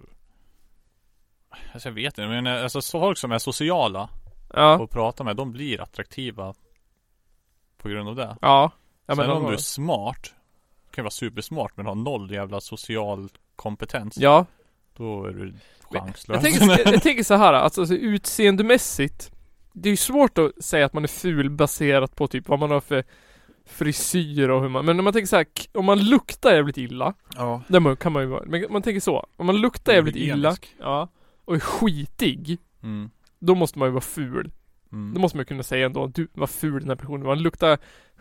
Alltså jag vet inte, men alltså folk som är sociala och pratar med, de blir attraktiva på grund av det. Ja. Sen om du är smart, kan vara supersmart men har noll jävla social kompetens. Ja. Då är du chanslös. Jag tänker så här, alltså utseendemässigt, det är ju svårt att säga att man är ful baserat på typ vad man har för frisyr och hur man, men om man tänker så här, om man luktar jävligt illa, det kan man ju vara, men man tänker så, om man luktar jävligt illa, och är skitig, då måste man ju vara ful. Då måste man kunna säga ändå, du var ful den här personen. Man luktar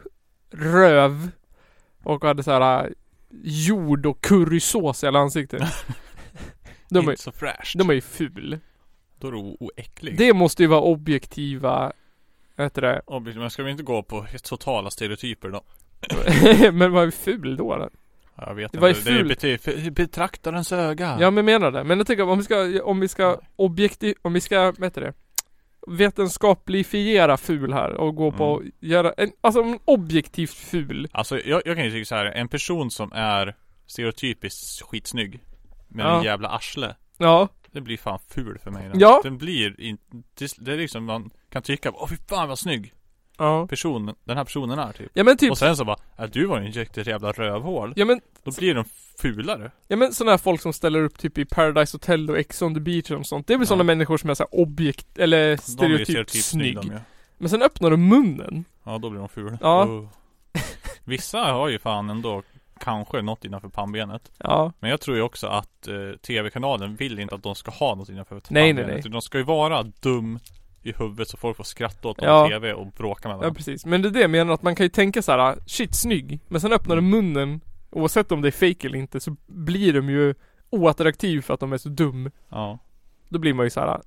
röv och hade så här jord och currysås i alla ansikten. Inte så fräscht. De är ju ful. Då är du oäcklig. Det måste ju vara objektiva, heter det. Men ska vi inte gå på totala stereotyper då? Men vad är ful då? Eller? Jag vet inte. Det är betraktarens öga. Ja, men menar det. Men jag tycker om vi ska vad heter det? Vetenskaplifiera ful här och gå på göra en objektivt ful. Alltså jag kan ju tycka så här, en person som är stereotypiskt skitsnygg med en jävla arsle. Ja. Det blir fan ful för mig. Ja. Den blir det är liksom man kan tycka, fy fan vad snygg. Ja. Den här personen är typ. Ja, men typ. Och sen så bara, du var ju en jävla rövhål. Ja, men då blir de fulare. Ja, men sådana här folk som ställer upp typ i Paradise Hotel och Ex on the Beach och sånt. Det är väl sådana människor som är så här objekt eller stereotyp snygg. Men sen öppnar de munnen. Ja, då blir de ful. Ja. Vissa har ju fan ändå kanske något innanför pannbenet. Ja. Men jag tror ju också att tv-kanalen vill inte att de ska ha något innanför pannbenet. Nej. De ska ju vara dum i huvudet så folk får skratta åt dem på tv och bråka med dem. Ja, precis. Men det är det jag menar, att man kan ju tänka så här: shit, snygg. Men sen öppnar de munnen, oavsett om det är fake eller inte, så blir de ju oattraktiv för att de är så dum. Ja. Då blir man ju så här.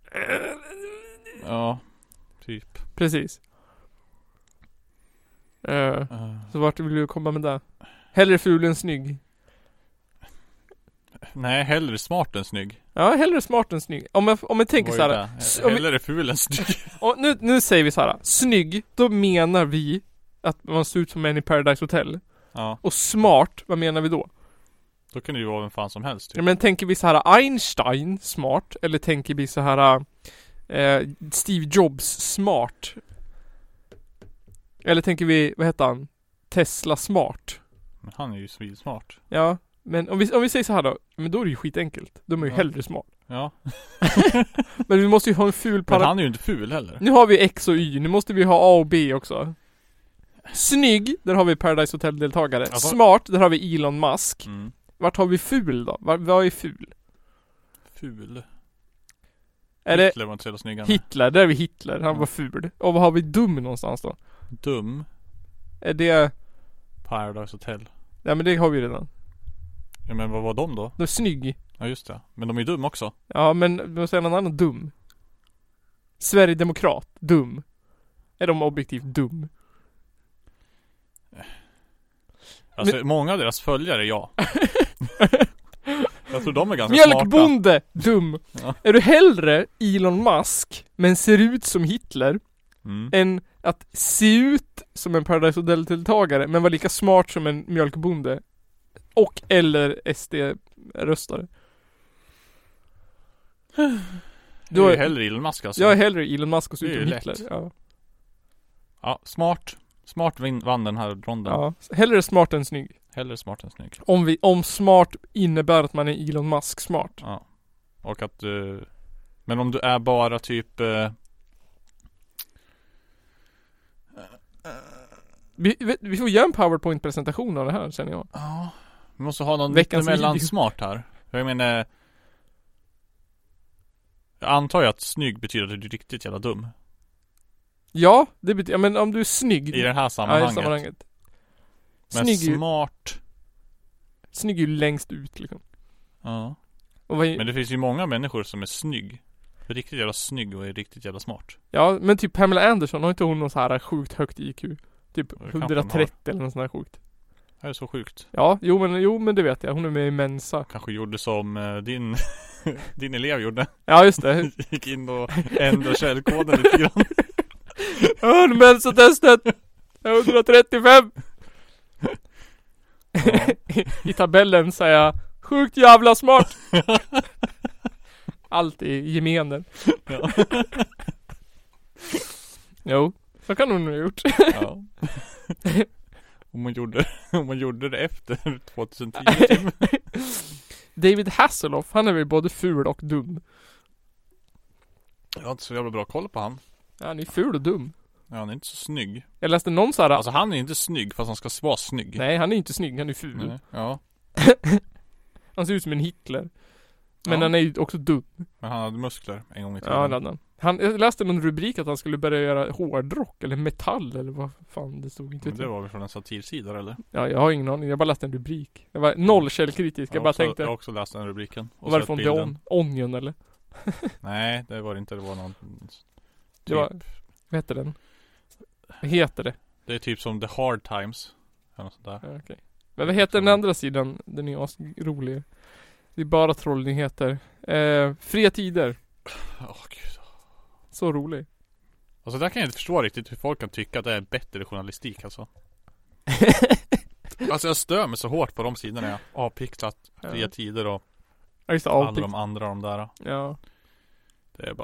Ja, typ. Precis. Så vart vill du komma med det? Hellre ful än snygg. Nej, hellre smart än snygg. Ja, hellre smart än snygg. Om man tänker så här. Hellre ful än snygg. Nu säger vi så här. Snygg, då menar vi att man ser ut som en i Paradise Hotel. Ja. Och smart, vad menar vi då? Då kan det ju vara vem fan som helst. Typ. Ja, men tänker vi så här Einstein smart? Eller tänker vi så här Steve Jobs smart? Eller tänker vi, vad heter han? Tesla smart? Men han är ju smart. Ja, men om vi säger så här då, men då är det ju skitenkelt. De är ju hellre smart. Ja. Men vi måste ju ha en ful Men han är ju inte ful heller. Nu har vi X och Y, nu måste vi ha A och B också. Snygg, där har vi Paradise Hotel-deltagare. Alltså... Smart, där har vi Elon Musk. Mm. Vart har vi ful då? Vad är ful? Ful? Hitler var inte så jävla snygg. Hitler, där är vi Hitler. Han var ful. Och vad har vi dum någonstans då? Dum? Är det... Paradise Hotel. Ja, men det har vi redan. Ja, men vad var de då? De är snygg. Ja, just det. Men de är dum också. Ja, men vi måste säga någon annan dum. Sverigedemokrat, dum. Är de objektivt dum? Alltså, många av deras följare, ja. Jag tror de är ganska Mjölkbonde, smarta. Dum. Ja. Är du hellre Elon Musk, men ser ut som Hitler, än att se ut som en Paradise Hotel-deltagare, men vara lika smart som en mjölkbonde? Och eller SD-röstare. Du är hellre Elon Musk alltså. Jag är hellre Elon Musk och ser ut som Hitler. Ja. Ja, smart. Smart vann den här ronden. Ja, hellre smart än snygg. Hellre smart än snygg. Om smart innebär att man är Elon Musk smart. Ja. Och att men om du är bara typ vi får göra en PowerPoint-presentation av det här, känner jag. Ja. Vi måste ha någon mellan smart här. Jag menar, jag antar ju att snygg betyder att du är riktigt jävla dum. Ja, det betyder, men om du är snygg i det här sammanhanget. Ja, i sammanhanget. Men snygg smart. Snygg är ju längst ut liksom. Ja. Men det finns ju många människor som är snygg. Riktigt jävla snygg och är riktigt jävla smart. Ja, men typ Pamela Anderson, har inte hon någon så här sjukt högt IQ? Typ 130 eller något sånt här sjukt. Det är så sjukt. Ja, jo men det vet jag. Hon är med i Mensa. Kanske gjorde som din elev gjorde. Ja, just det. Gick in och ändrade källkoden lite grann. Mensa-testet 135. i tabellen säga sjukt jävla smart. Allt i gemenen. Ja. Jo, så kan hon ha gjort. Ja. Om man gjorde det efter 2010 typ. David Hasselhoff, han är väl både ful och dum. Jag har inte så jävla bra koll på han. Ja, han är ful och dum. Ja, han är inte så snygg. Jag läste någon så här. Alltså han är inte snygg fast han ska vara snygg. Nej, han är inte snygg, han är ful. Nej. Ja. Han ser ut som en Hitler. Men han är ju också dum. Men han hade muskler en gång i tiden. Ja, det hade han. Jag läste någon rubrik att han skulle börja göra hårdrock eller metall eller vad fan det stod inte. Men det var väl från en satirsida eller? Ja, jag har ingen aning. Jag bara läste en rubrik. Jag var noll källkritisk. Jag bara tänkte. Jag har också läst den rubriken. Och varifrån det Onion eller? Nej, det var det inte. Det var någon det var, vad heter den? Vad heter det? Det är typ som The Hard Times. Eller något sånt där. Ja, okay. Men vad heter den andra sidan? Den är asrolig. Det är bara trollnyheter. Fria tider. Gud. Så rolig. Alltså där kan jag inte förstå riktigt hur folk kan tycka att det är bättre journalistik alltså. Alltså jag stör mig så hårt på de sidorna jag avpixlat Fria tider och alla de andra de där. Ja. Det är bara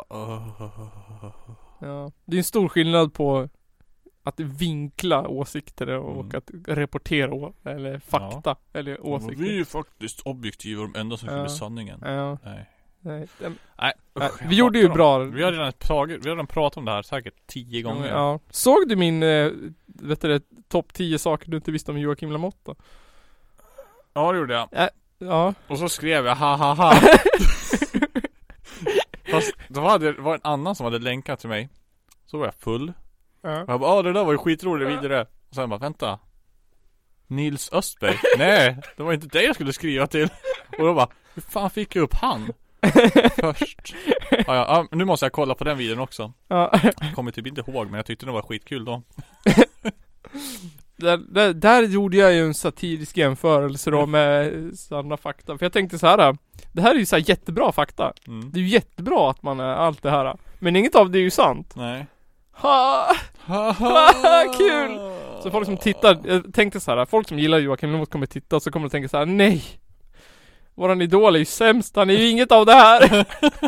Ja. Det är en stor skillnad på att vinkla åsikter och att rapportera eller fakta eller åsikter. Vi är ju faktiskt objektiva och de enda som skriver sanningen. Ja. Nej. Vi gjorde ju bra. Vi har redan pratat om det här säkert 10 gånger. Ja. Såg du min topp 10 saker du inte visste om Joakim Lamotta? Ja, det gjorde jag. Ja. Och så skrev jag ha. Fast då var en annan som hade länkat till mig. Så var jag full. Ja. Och jag bara, det där var ju skitroligt vidare. Och sen bara, vänta. Nils Östberg. Nej, det var inte det jag skulle skriva till. Och då bara, hur fan fick jag upp han? Först. Ja, nu måste jag kolla på den videon också. Ja. Jag kommer typ inte ihåg, men jag tyckte det var skitkul då. Där gjorde jag ju en satirisk jämförelse då med sanna fakta. För jag tänkte så här. Det här är ju så här jättebra fakta. Det är ju jättebra att man är allt det här. Men inget av det är ju sant. Nej. Kul! Så folk som tittar, jag tänkte så här, folk som gillar Joakim Lamotta kommer titta, så kommer de tänka så här: nej, våran idol är ju sämst, han är ju inget av det här.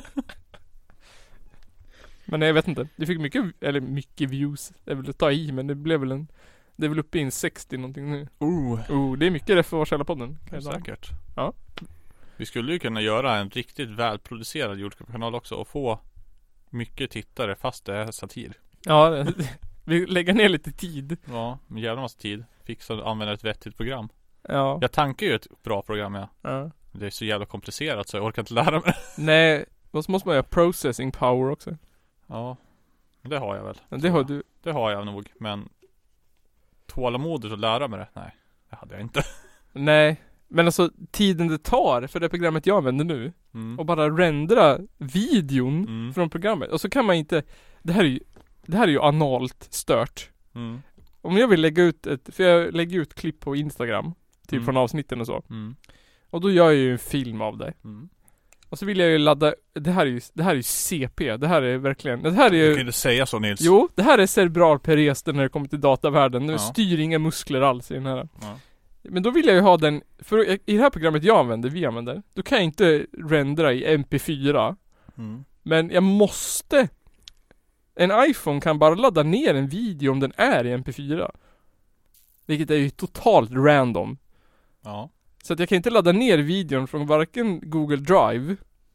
Men jag vet inte, det fick mycket views, det är väl att ta i, men det är väl uppe i en 60 någonting nu. Det är mycket det för Källarpodden. Säkert. Ja. Vi skulle ju kunna göra en riktigt välproducerad YouTube-kanal också och få mycket tittare fast det är satir. Ja, vi lägger ner lite tid. Ja, med jävla massa tid. Fixa och använda ett vettigt program. Ja. Jag tankar ju ett bra program, ja. Det är så jävla komplicerat så jag orkar inte lära mig. Nej, och så måste man göra processing power också. Ja, det har jag väl. Men det har du. Det har jag nog, men tålamodet att lära mig det? Nej, det hade jag inte. Nej. Men alltså tiden det tar för det programmet jag använder nu och bara rendera videon från programmet. Och så kan man inte, det här är ju analt stört. Om jag vill lägga ut för jag lägger ut klipp på Instagram typ från avsnitten och så. Och då gör jag ju en film av det. Och så vill jag ju ladda, det här är ju CP, det här är verkligen, det här är ju... Du kan inte säga så, Nils. Jo, det här är cerebral peres när det kommer till datavärlden. Nu styr inga muskler alls i den här. Ja. Men då vill jag ju ha den, för i det här programmet vi använder, då kan jag inte rendera i MP4. Men jag måste, en iPhone kan bara ladda ner en video om den är i MP4. Vilket är ju totalt random. Ja. Så att jag kan inte ladda ner videon från varken Google Drive.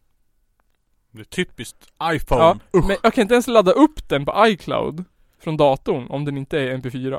Det är typiskt iPhone. Ja, men jag kan inte ens ladda upp den på iCloud från datorn om den inte är MP4.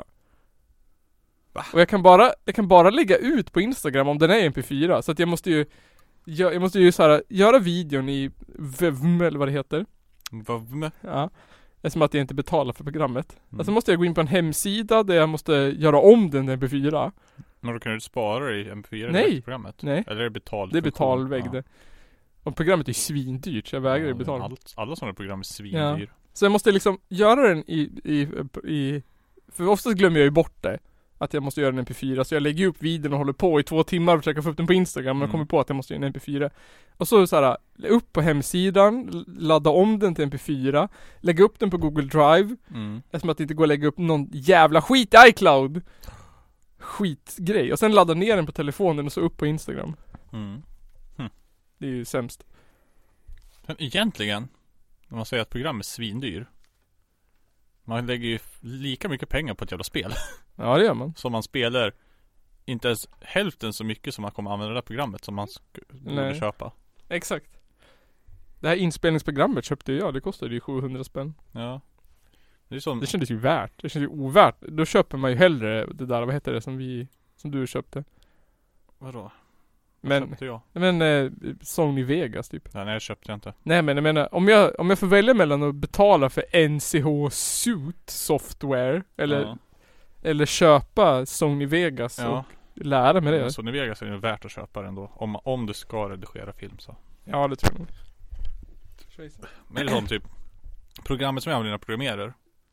Och jag kan bara lägga ut på Instagram om den är MP4. Så att jag måste ju så här göra videon i Vevm eller vad det heter. Vevm? Ja. Eftersom att jag inte betalar för programmet. Alltså måste jag gå in på en hemsida där jag måste göra om den till MP4. Men då kan du spara det i MP4 i programmet? Nej. Eller är det betalt? Det är betalvägg det. Och programmet är svindyrt så jag vägrar betala. Alla sådana program är svindyr. Ja. Så jag måste liksom göra den i för oftast glömmer jag ju bort det. Att jag måste göra en MP4. Så jag lägger upp videon och håller på i 2 timmar och försöker få upp den på Instagram. Men jag kommer på att jag måste göra en MP4. Och så här, upp på hemsidan, ladda om den till MP4, lägga upp den på Google Drive. Eftersom att det inte går att lägga upp någon jävla skit i iCloud. skitgrej. Och sen ladda ner den på telefonen och så upp på Instagram. Det är ju sämst. Men egentligen, när man säger att program är svindyr, man lägger ju lika mycket pengar på ett jävla spel. Ja, det gör man. Som man spelar inte ens hälften så mycket som man kommer använda det där programmet som man borde köpa. Exakt. Det här inspelningsprogrammet köpte jag. Det kostade ju 700 spänn. Ja. Det kändes ju värt. Det kändes ju ovärt. Då köper man ju hellre det där, vad heter det som du köpte? Vadå? Men Sony Vegas typ. Nej, det köpte jag inte. Nej, men jag menar, om jag får välja mellan att betala för NCH Suit software eller köpa Sony Vegas och lära mig det. Sony Vegas är ju värt att köpa det ändå. Om du ska redigera film så. Ja, det tror jag nog. Men det är som typ programmet som jag använder programmerar.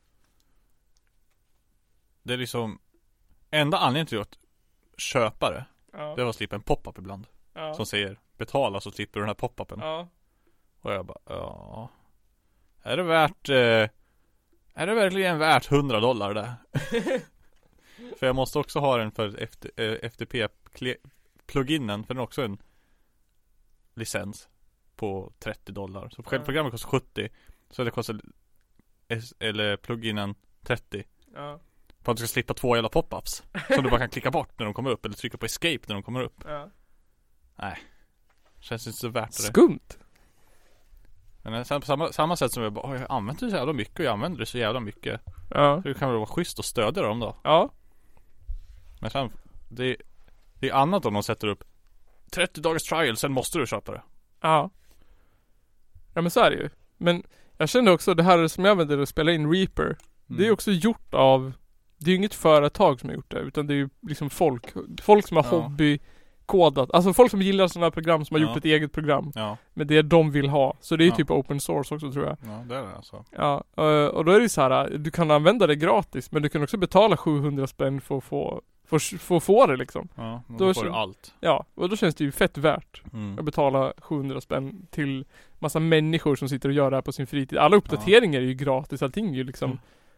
Det är liksom enda anledningen till att köpa det. Det var att slippa en pop-up ibland. Som säger betala så slipper du den här pop-upen. Och jag bara, är det verkligen värt $100 där? För jag måste också ha den för FTP-pluginen. För den är också en licens på $30. Så själva programmet kostar 70. Så det kostar eller pluginen 30. För att du ska slippa 2 jävla pop-ups som du bara kan klicka bort när de kommer upp. Eller trycka på escape när de kommer upp. Nej. Känns inte så värt det. Skumt. Men på samma sätt som jag bara, jag använder det så jävla mycket och jag använder det så jävla mycket. Så det kan väl vara schysst att stödja dem då. Ja. Men sen, det är annat om de sätter upp 30 dagars trial, sen måste du köpa det. Ja. Ja, men så är det ju. Men jag kände också det här som jag använder att spela in Reaper. Det är också gjort av, det är ju inget företag som har gjort det, utan det är ju liksom folk som har hobbykodat. Alltså folk som gillar sådana här program som har gjort ett eget program. Men det de vill ha. Så det är typ open source också, tror jag. Ja, det är det alltså. Ja, och då är det så här, du kan använda det gratis, men du kan också betala 700 spänn för att få det liksom. Ja, då får du allt. Ja, och då känns det ju fett värt att betala 700 spänn till massa människor som sitter och gör det här på sin fritid. Alla uppdateringar är ju gratis, allting är ju liksom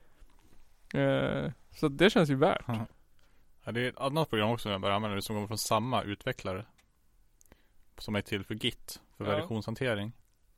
så det känns ju värt. Ja, det är ett annat program också jag börjar använda som kommer från samma utvecklare som är till för Git, för versionshantering.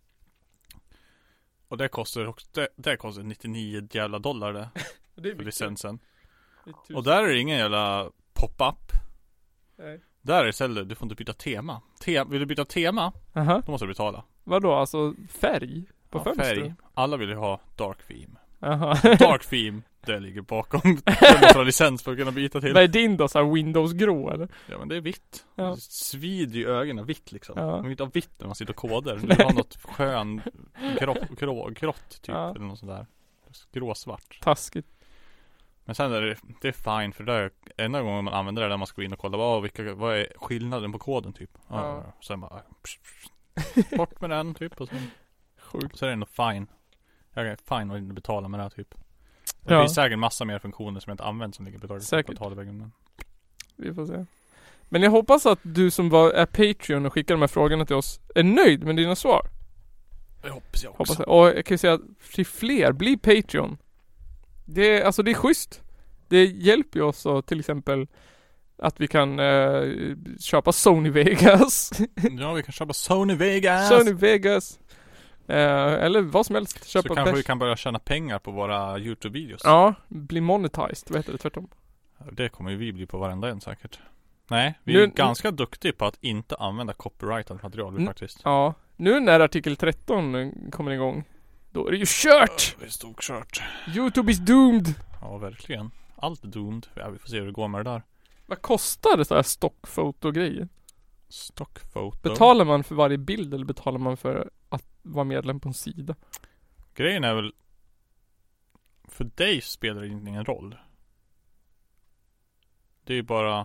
Och det kostar också, det kostar $99 jävla det för licensen. Och där är det ingen jävla pop-up. Nej. Där är det istället, du får inte byta tema. Vill du byta tema? Då måste du betala. Vadå? Alltså färg? På fönster? Färg. Alla vill ju ha dark theme. Aha. Dark theme, det ligger bakom den licens för att kunna byta till. Vad är din då? Så här Windows grå eller? Ja, men det är vitt. Det svider ju ögonen vitt liksom. Man vill inte ha vitt när man sitter och koder. Du vill ha något skön grått typ eller något sånt där. Gråsvart. Taskigt. Men sen är det är fine, för det är enda gången man använder det där man ska gå in och kolla vad är skillnaden på koden typ. Sen bara bort med den typ och sen så är det ändå fine. Jag är fine att inte betala med det här typ. Det finns säkert massa mer funktioner som jag inte använt som ligger betalvägen. Vi får se. Men jag hoppas att du som är Patreon och skickar de här frågorna till oss är nöjd med dina svar. Jag hoppas jag också. Och jag kan ju säga att till fler, bli Patreon. Det är schysst. Det hjälper ju oss till exempel att vi kan köpa Sony Vegas. Ja, vi kan köpa Sony Vegas. Sony Vegas. Eller vad som helst. Köpa så kanske vi kan börja tjäna pengar på våra YouTube-videos. Ja, bli monetized. Vad heter det? Tvärtom. Det kommer ju vi bli på varenda en säkert. Nej, vi är ganska duktiga på att inte använda copyrightat material faktiskt. Ja, nu när artikel 13 kommer igång, då är det ju kört! Det är stort kört. YouTube is doomed! Ja, verkligen. Allt är doomed. Ja, vi får se hur det går med det där. Vad kostar det så här stockfoto-grejer? Stockfoto? Betalar man för varje bild eller betalar man för att vara medlem på en sida? Grejen är väl, för dig spelar det ingen roll. Det är ju bara,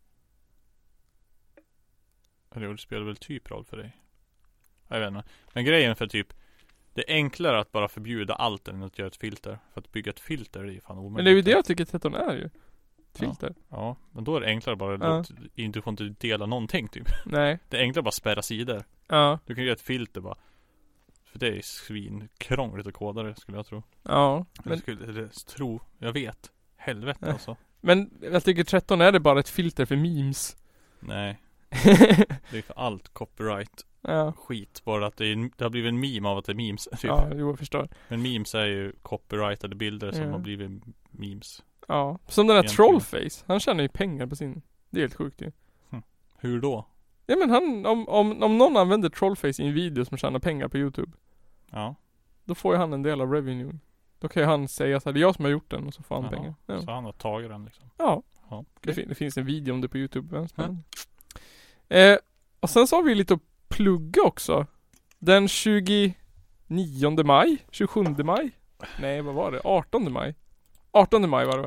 eller det spelar väl typ roll för dig. Jag vet inte. Men grejen för typ, det är enklare att bara förbjuda allt än att göra ett filter. För att bygga ett filter, det är ju fan omöjligt. Men det är ju det jag tycker 13 är ju. Filter. Ja, men då är det enklare bara du får inte dela någonting typ. Nej. Det är enklare bara spärra sidor. Ja. Du kan göra ett filter bara. För det är svinkrångligt att koda det, skulle jag tro. Ja. Jag vet. Helvete alltså. Men jag tycker 13 är det bara ett filter för memes. Nej. Det är för allt copyright. Ja. Skit. Bara att det har blivit en meme av att det är memes. Typ. Ja, jo, jag förstår. Men memes är ju copyrightade bilder som har blivit memes. Ja. Som den här Egentligen. Trollface. Han tjänar ju pengar på sin... Det är helt sjukt ju. Hur då? Ja men han... Om någon använder Trollface i en video som tjänar pengar på YouTube. Ja. Då får ju han en del av revenue. Då kan ju han säga att det är jag som har gjort den och så får han Jaha. pengar. Ja. Så han har tagit den liksom. Ja. Ja, okay. Det finns en video om det på YouTube. Och sen så har vi lite att plugga också. Den 29 maj? 27 maj? Nej, vad var det? 18 maj? 18 maj var det va?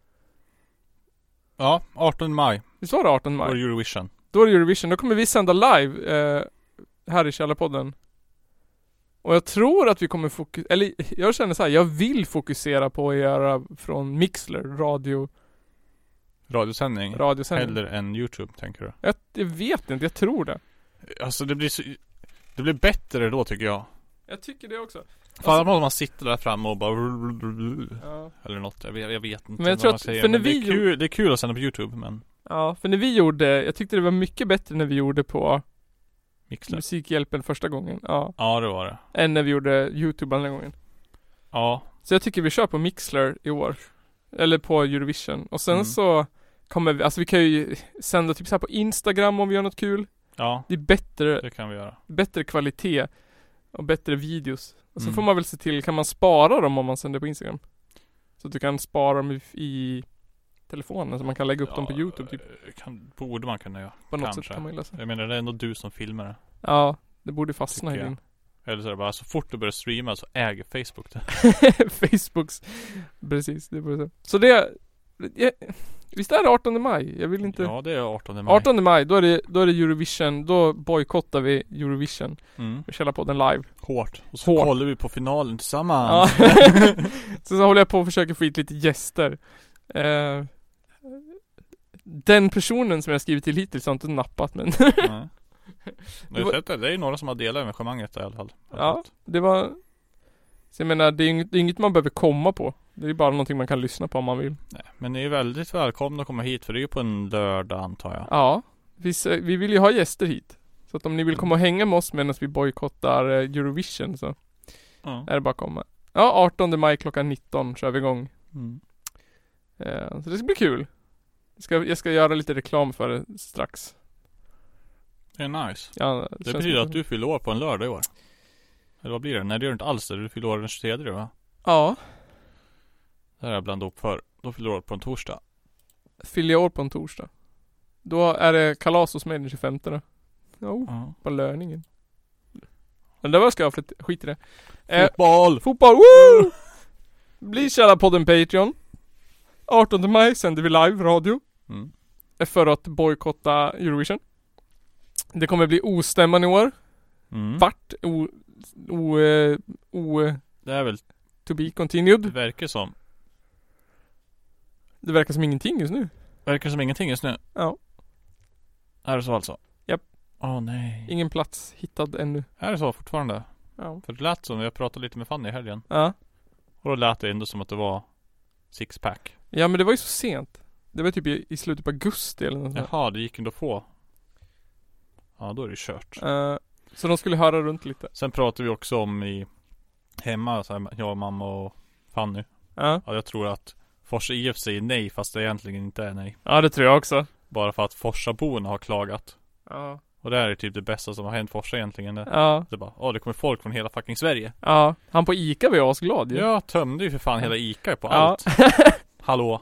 Ja, 18 maj. Visst var det 18 maj? Och Eurovision. Då är det Eurovision. Då kommer vi sända live här i Källarpodden. Och jag tror att vi kommer fokusera... Eller jag känner så här, jag vill fokusera på att göra från Mixler, Radiosändning. Hellre än YouTube, tänker du? Jag vet inte, jag tror det. Alltså det blir bättre då, tycker jag. Jag tycker det också. Fan, alltså, man sitter där framme och bara... Ja. Eller något, jag vet inte. Men jag tror att... För när det är kul att sända på YouTube, men... Ja, för när vi gjorde... Jag tyckte det var mycket bättre när vi gjorde på... Mixler. Musikhjälpen första gången. Ja. Ja, det var det. Än när vi gjorde YouTube andra gången. Ja. Så jag tycker vi kör på Mixler i år. Eller på Eurovision. Och sen så kommer vi... Alltså vi kan ju sända typ så här på Instagram om vi gör något kul. Ja. Det är bättre... Det kan vi göra. Bättre kvalitet. Och bättre videos. Och så får man väl se till... Kan man spara dem om man sänder på Instagram? Så att du kan spara dem i telefonen. Så man kan lägga upp dem på YouTube typ. Borde man kunna göra. På något sätt kan man läsa. Jag menar, det är ändå du som filmar det. Ja, det borde fastna i din. Eller så är det bara, så fort du börjar streama så äger Facebook det. Facebooks. Precis, det borde så det... Visst är det 18 maj? Jag vill inte... Ja, det är 18 maj. 18 maj, då är det Eurovision. Då bojkottar vi Eurovision. Vi källar på den live. Hårt. Och så kollar vi på finalen tillsammans. Ja. Så håller jag på och försöker få hit lite gäster. Den personen som jag skrivit till hittills har inte nappat, men... Det är ju några som har delat engagemanget i alla fall. Ja, det var... Så jag menar, det är inget man behöver komma på. Det är bara någonting man kan lyssna på om man vill. Nej, men ni är väldigt välkomna att komma hit, för det är ju på en lördag, antar jag. Ja, vi vill ju ha gäster hit. Så att om ni vill komma och hänga med oss medan vi bojkottar Eurovision så är det bara att komma. Ja, 18 maj klockan 19 kör vi igång. Så det ska bli kul. Jag ska göra lite reklam för det strax. Det är nice. Ja, det betyder att du fyller år på en lördag i år. Eller vad blir det? Nej, det gör inte alls det. Du fyller år den 23, va? Ja. Det har jag blandat upp för. Då fyller du år på en torsdag. Fyller jag år på en torsdag. Då är det kalas hos mig den 25 då. På löningen. Men det var skavligt. Skit i det. Fotboll! Woo! Bli Källarpodden Patreon. 18 maj sänder vi live radio. För att bojkotta Eurovision. Det kommer bli ostämman i år. Vart? Det är väl to be continued. Det verkar som. Det verkar som ingenting just nu. Verkar som ingenting just nu? Ja. Är det så alltså? Japp. Nej. Ingen plats hittad ännu. Är det så fortfarande? Ja. För det lät som, jag pratade lite med Fanny i helgen. Ja. Och då lät det ändå som att det var sixpack. Ja, men det var ju så sent. Det var typ i slutet på augusti eller något sånt. Jaha, det gick ändå få. Ja, då är det kört. Så de skulle höra runt lite. Sen pratade vi också om hemma, så här, jag, mamma och Fanny. Ja. Jag tror att Forsa IF säger nej, fast det egentligen inte är nej. Ja, det tror jag också. Bara för att Forsaborna har klagat. Ja. Och det här är typ det bästa som har hänt Forsa egentligen. Ja. Det bara, det kommer folk från hela fucking Sverige. Ja, han på Ica var ju asglad ju. Ja, tömde ju för fan hela Ica på allt. Hallå.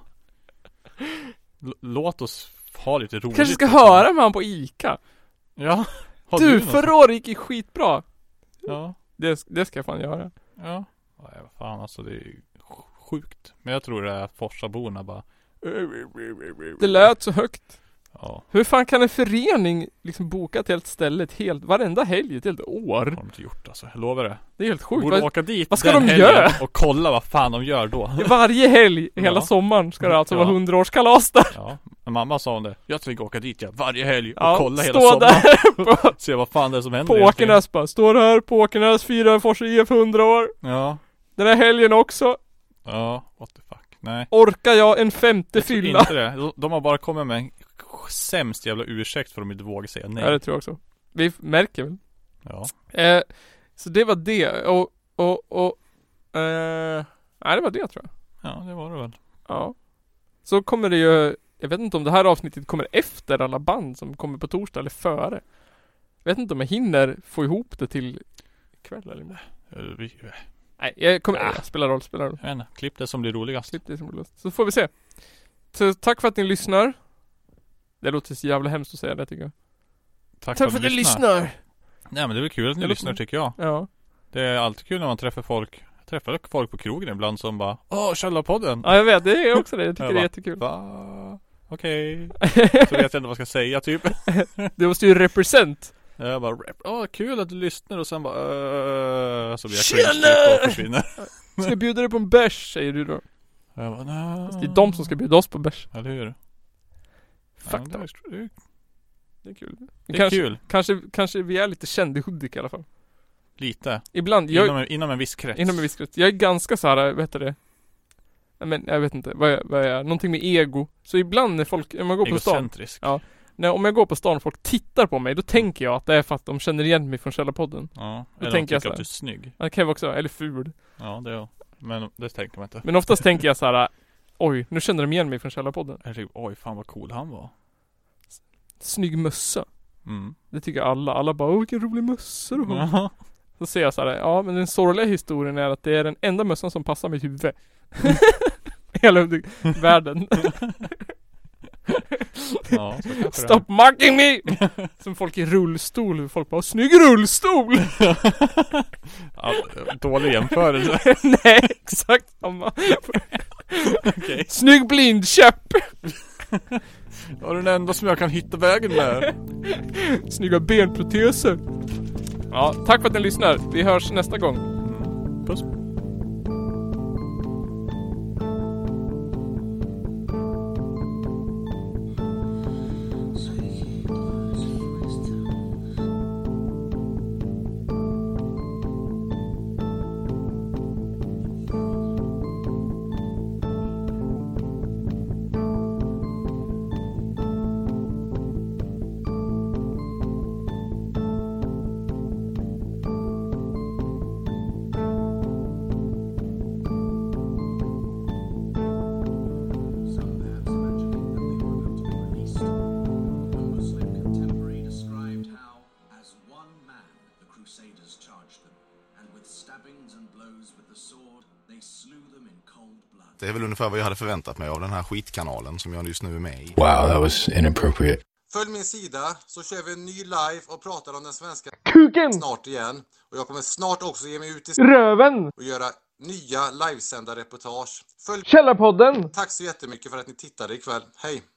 Låt oss ha lite roligt. Kanske ska höra med han på Ica. Ja. Du, förra året gick ju skitbra. Ja. Det ska jag fan göra. Ja. Vad fan, alltså det är sjukt. Men jag tror det är Forsaborna bara. Det lät så högt. Ja. Hur fan kan en förening liksom boka ett helt ställe varenda helg ett helt år? Det har de inte gjort alltså, jag lovar det. Det är helt sjukt. Borde åka dit. Vad ska de göra? Och kolla vad fan de gör då. Varje helg, hela sommaren ska det alltså vara 100-årskalas där. Ja, men mamma sa om det. Jag tänker åka dit varje helg och kolla hela stå sommaren. Där se vad fan det är som händer. På Åkernäs bara, står här på Åkernäs, firar Forsa IF 100 år. Ja. Den här helgen också. Ja, what the fuck. Nej. Orkar jag en femte fylla? Inte det. De har bara kommit med en sämst jävla ursäkt för att de inte vågar säga nej. Ja, det tror jag också. Vi märker väl. Ja. Så det var det. Nej, det var det tror jag. Ja, det var det väl. Ja. Så kommer det ju, jag vet inte om det här avsnittet kommer efter alla band som kommer på torsdag eller före. Jag vet inte om jag hinner få ihop det till ikväll eller inte. Nej, jag kommer spela roll. Klipp det som blir roligast. Så får vi se. Så tack för att ni lyssnar. Det låter så jävla hemskt att säga det tycker jag. Tack för att ni lyssnar. Nej, men det är väl kul att ni lyssnar tycker jag. Ja. Det är alltid kul när man träffar folk. Jag träffar folk på krogen ibland som bara Källarpodden. Ja, jag vet. Det är också det. Jag tycker det är jättekul. Okej. Så vet jag inte vad jag ska säga typ. Det måste ju represent. Jag bara, kul att du lyssnar. Och sen bara, så blir jag cringe och försvinner. Ska jag bjuda dig på en bärs, säger du då. Jag bara, nej. Det är de som ska bjuda oss på bärs. Eller hur? Fuck ja, det är kul. Det är kul. Kanske vi är lite kändihudik i alla fall. Lite. Ibland. Inom en viss krets. Inom en viss krets. Jag är ganska så här, vad heter det? Men jag vet inte, vad är jag? Någonting med ego. Så ibland när folk, när man går på stan. Egocentrisk. Ja. Om jag går på stan och folk tittar på mig, då tänker jag att det är för att de känner igen mig från Källarpodden. Ja, då eller tänker de tycker jag att du är snygg. Ja, det kan jag också, eller ful. Ja, det är jag. Men det tänker man inte. Men oftast tänker jag så här: oj, nu känner de igen mig från Källarpodden. Eller typ, oj, fan vad cool han var. Snygg mössa. Mm. Det tycker alla. Alla bara, vilken rolig mössa du har. Ja. Så säger jag så här: ja, men den sorgliga historien är att det är den enda mössan som passar mitt huvud. Hela världen. Ja, stop mocking me! Som folk i rullstol. Folk bara, snygg rullstol! Ja, dålig jämförelse. Nej, exakt samma. Okay. Snygg blindkäpp! Ja, den enda som jag kan hitta vägen med. Snygga benproteser. Ja, tack för att ni lyssnar. Vi hörs nästa gång. Puss. Det är väl ungefär vad jag hade förväntat mig av den här skitkanalen som jag just nu är med i. Wow, that was inappropriate. Följ min sida så kör vi en ny live och pratar om den svenska kuken snart igen. Och jag kommer snart också ge mig ut i röven och göra nya livesända reportage. Följ Källarpodden. Tack så jättemycket för att ni tittade ikväll. Hej!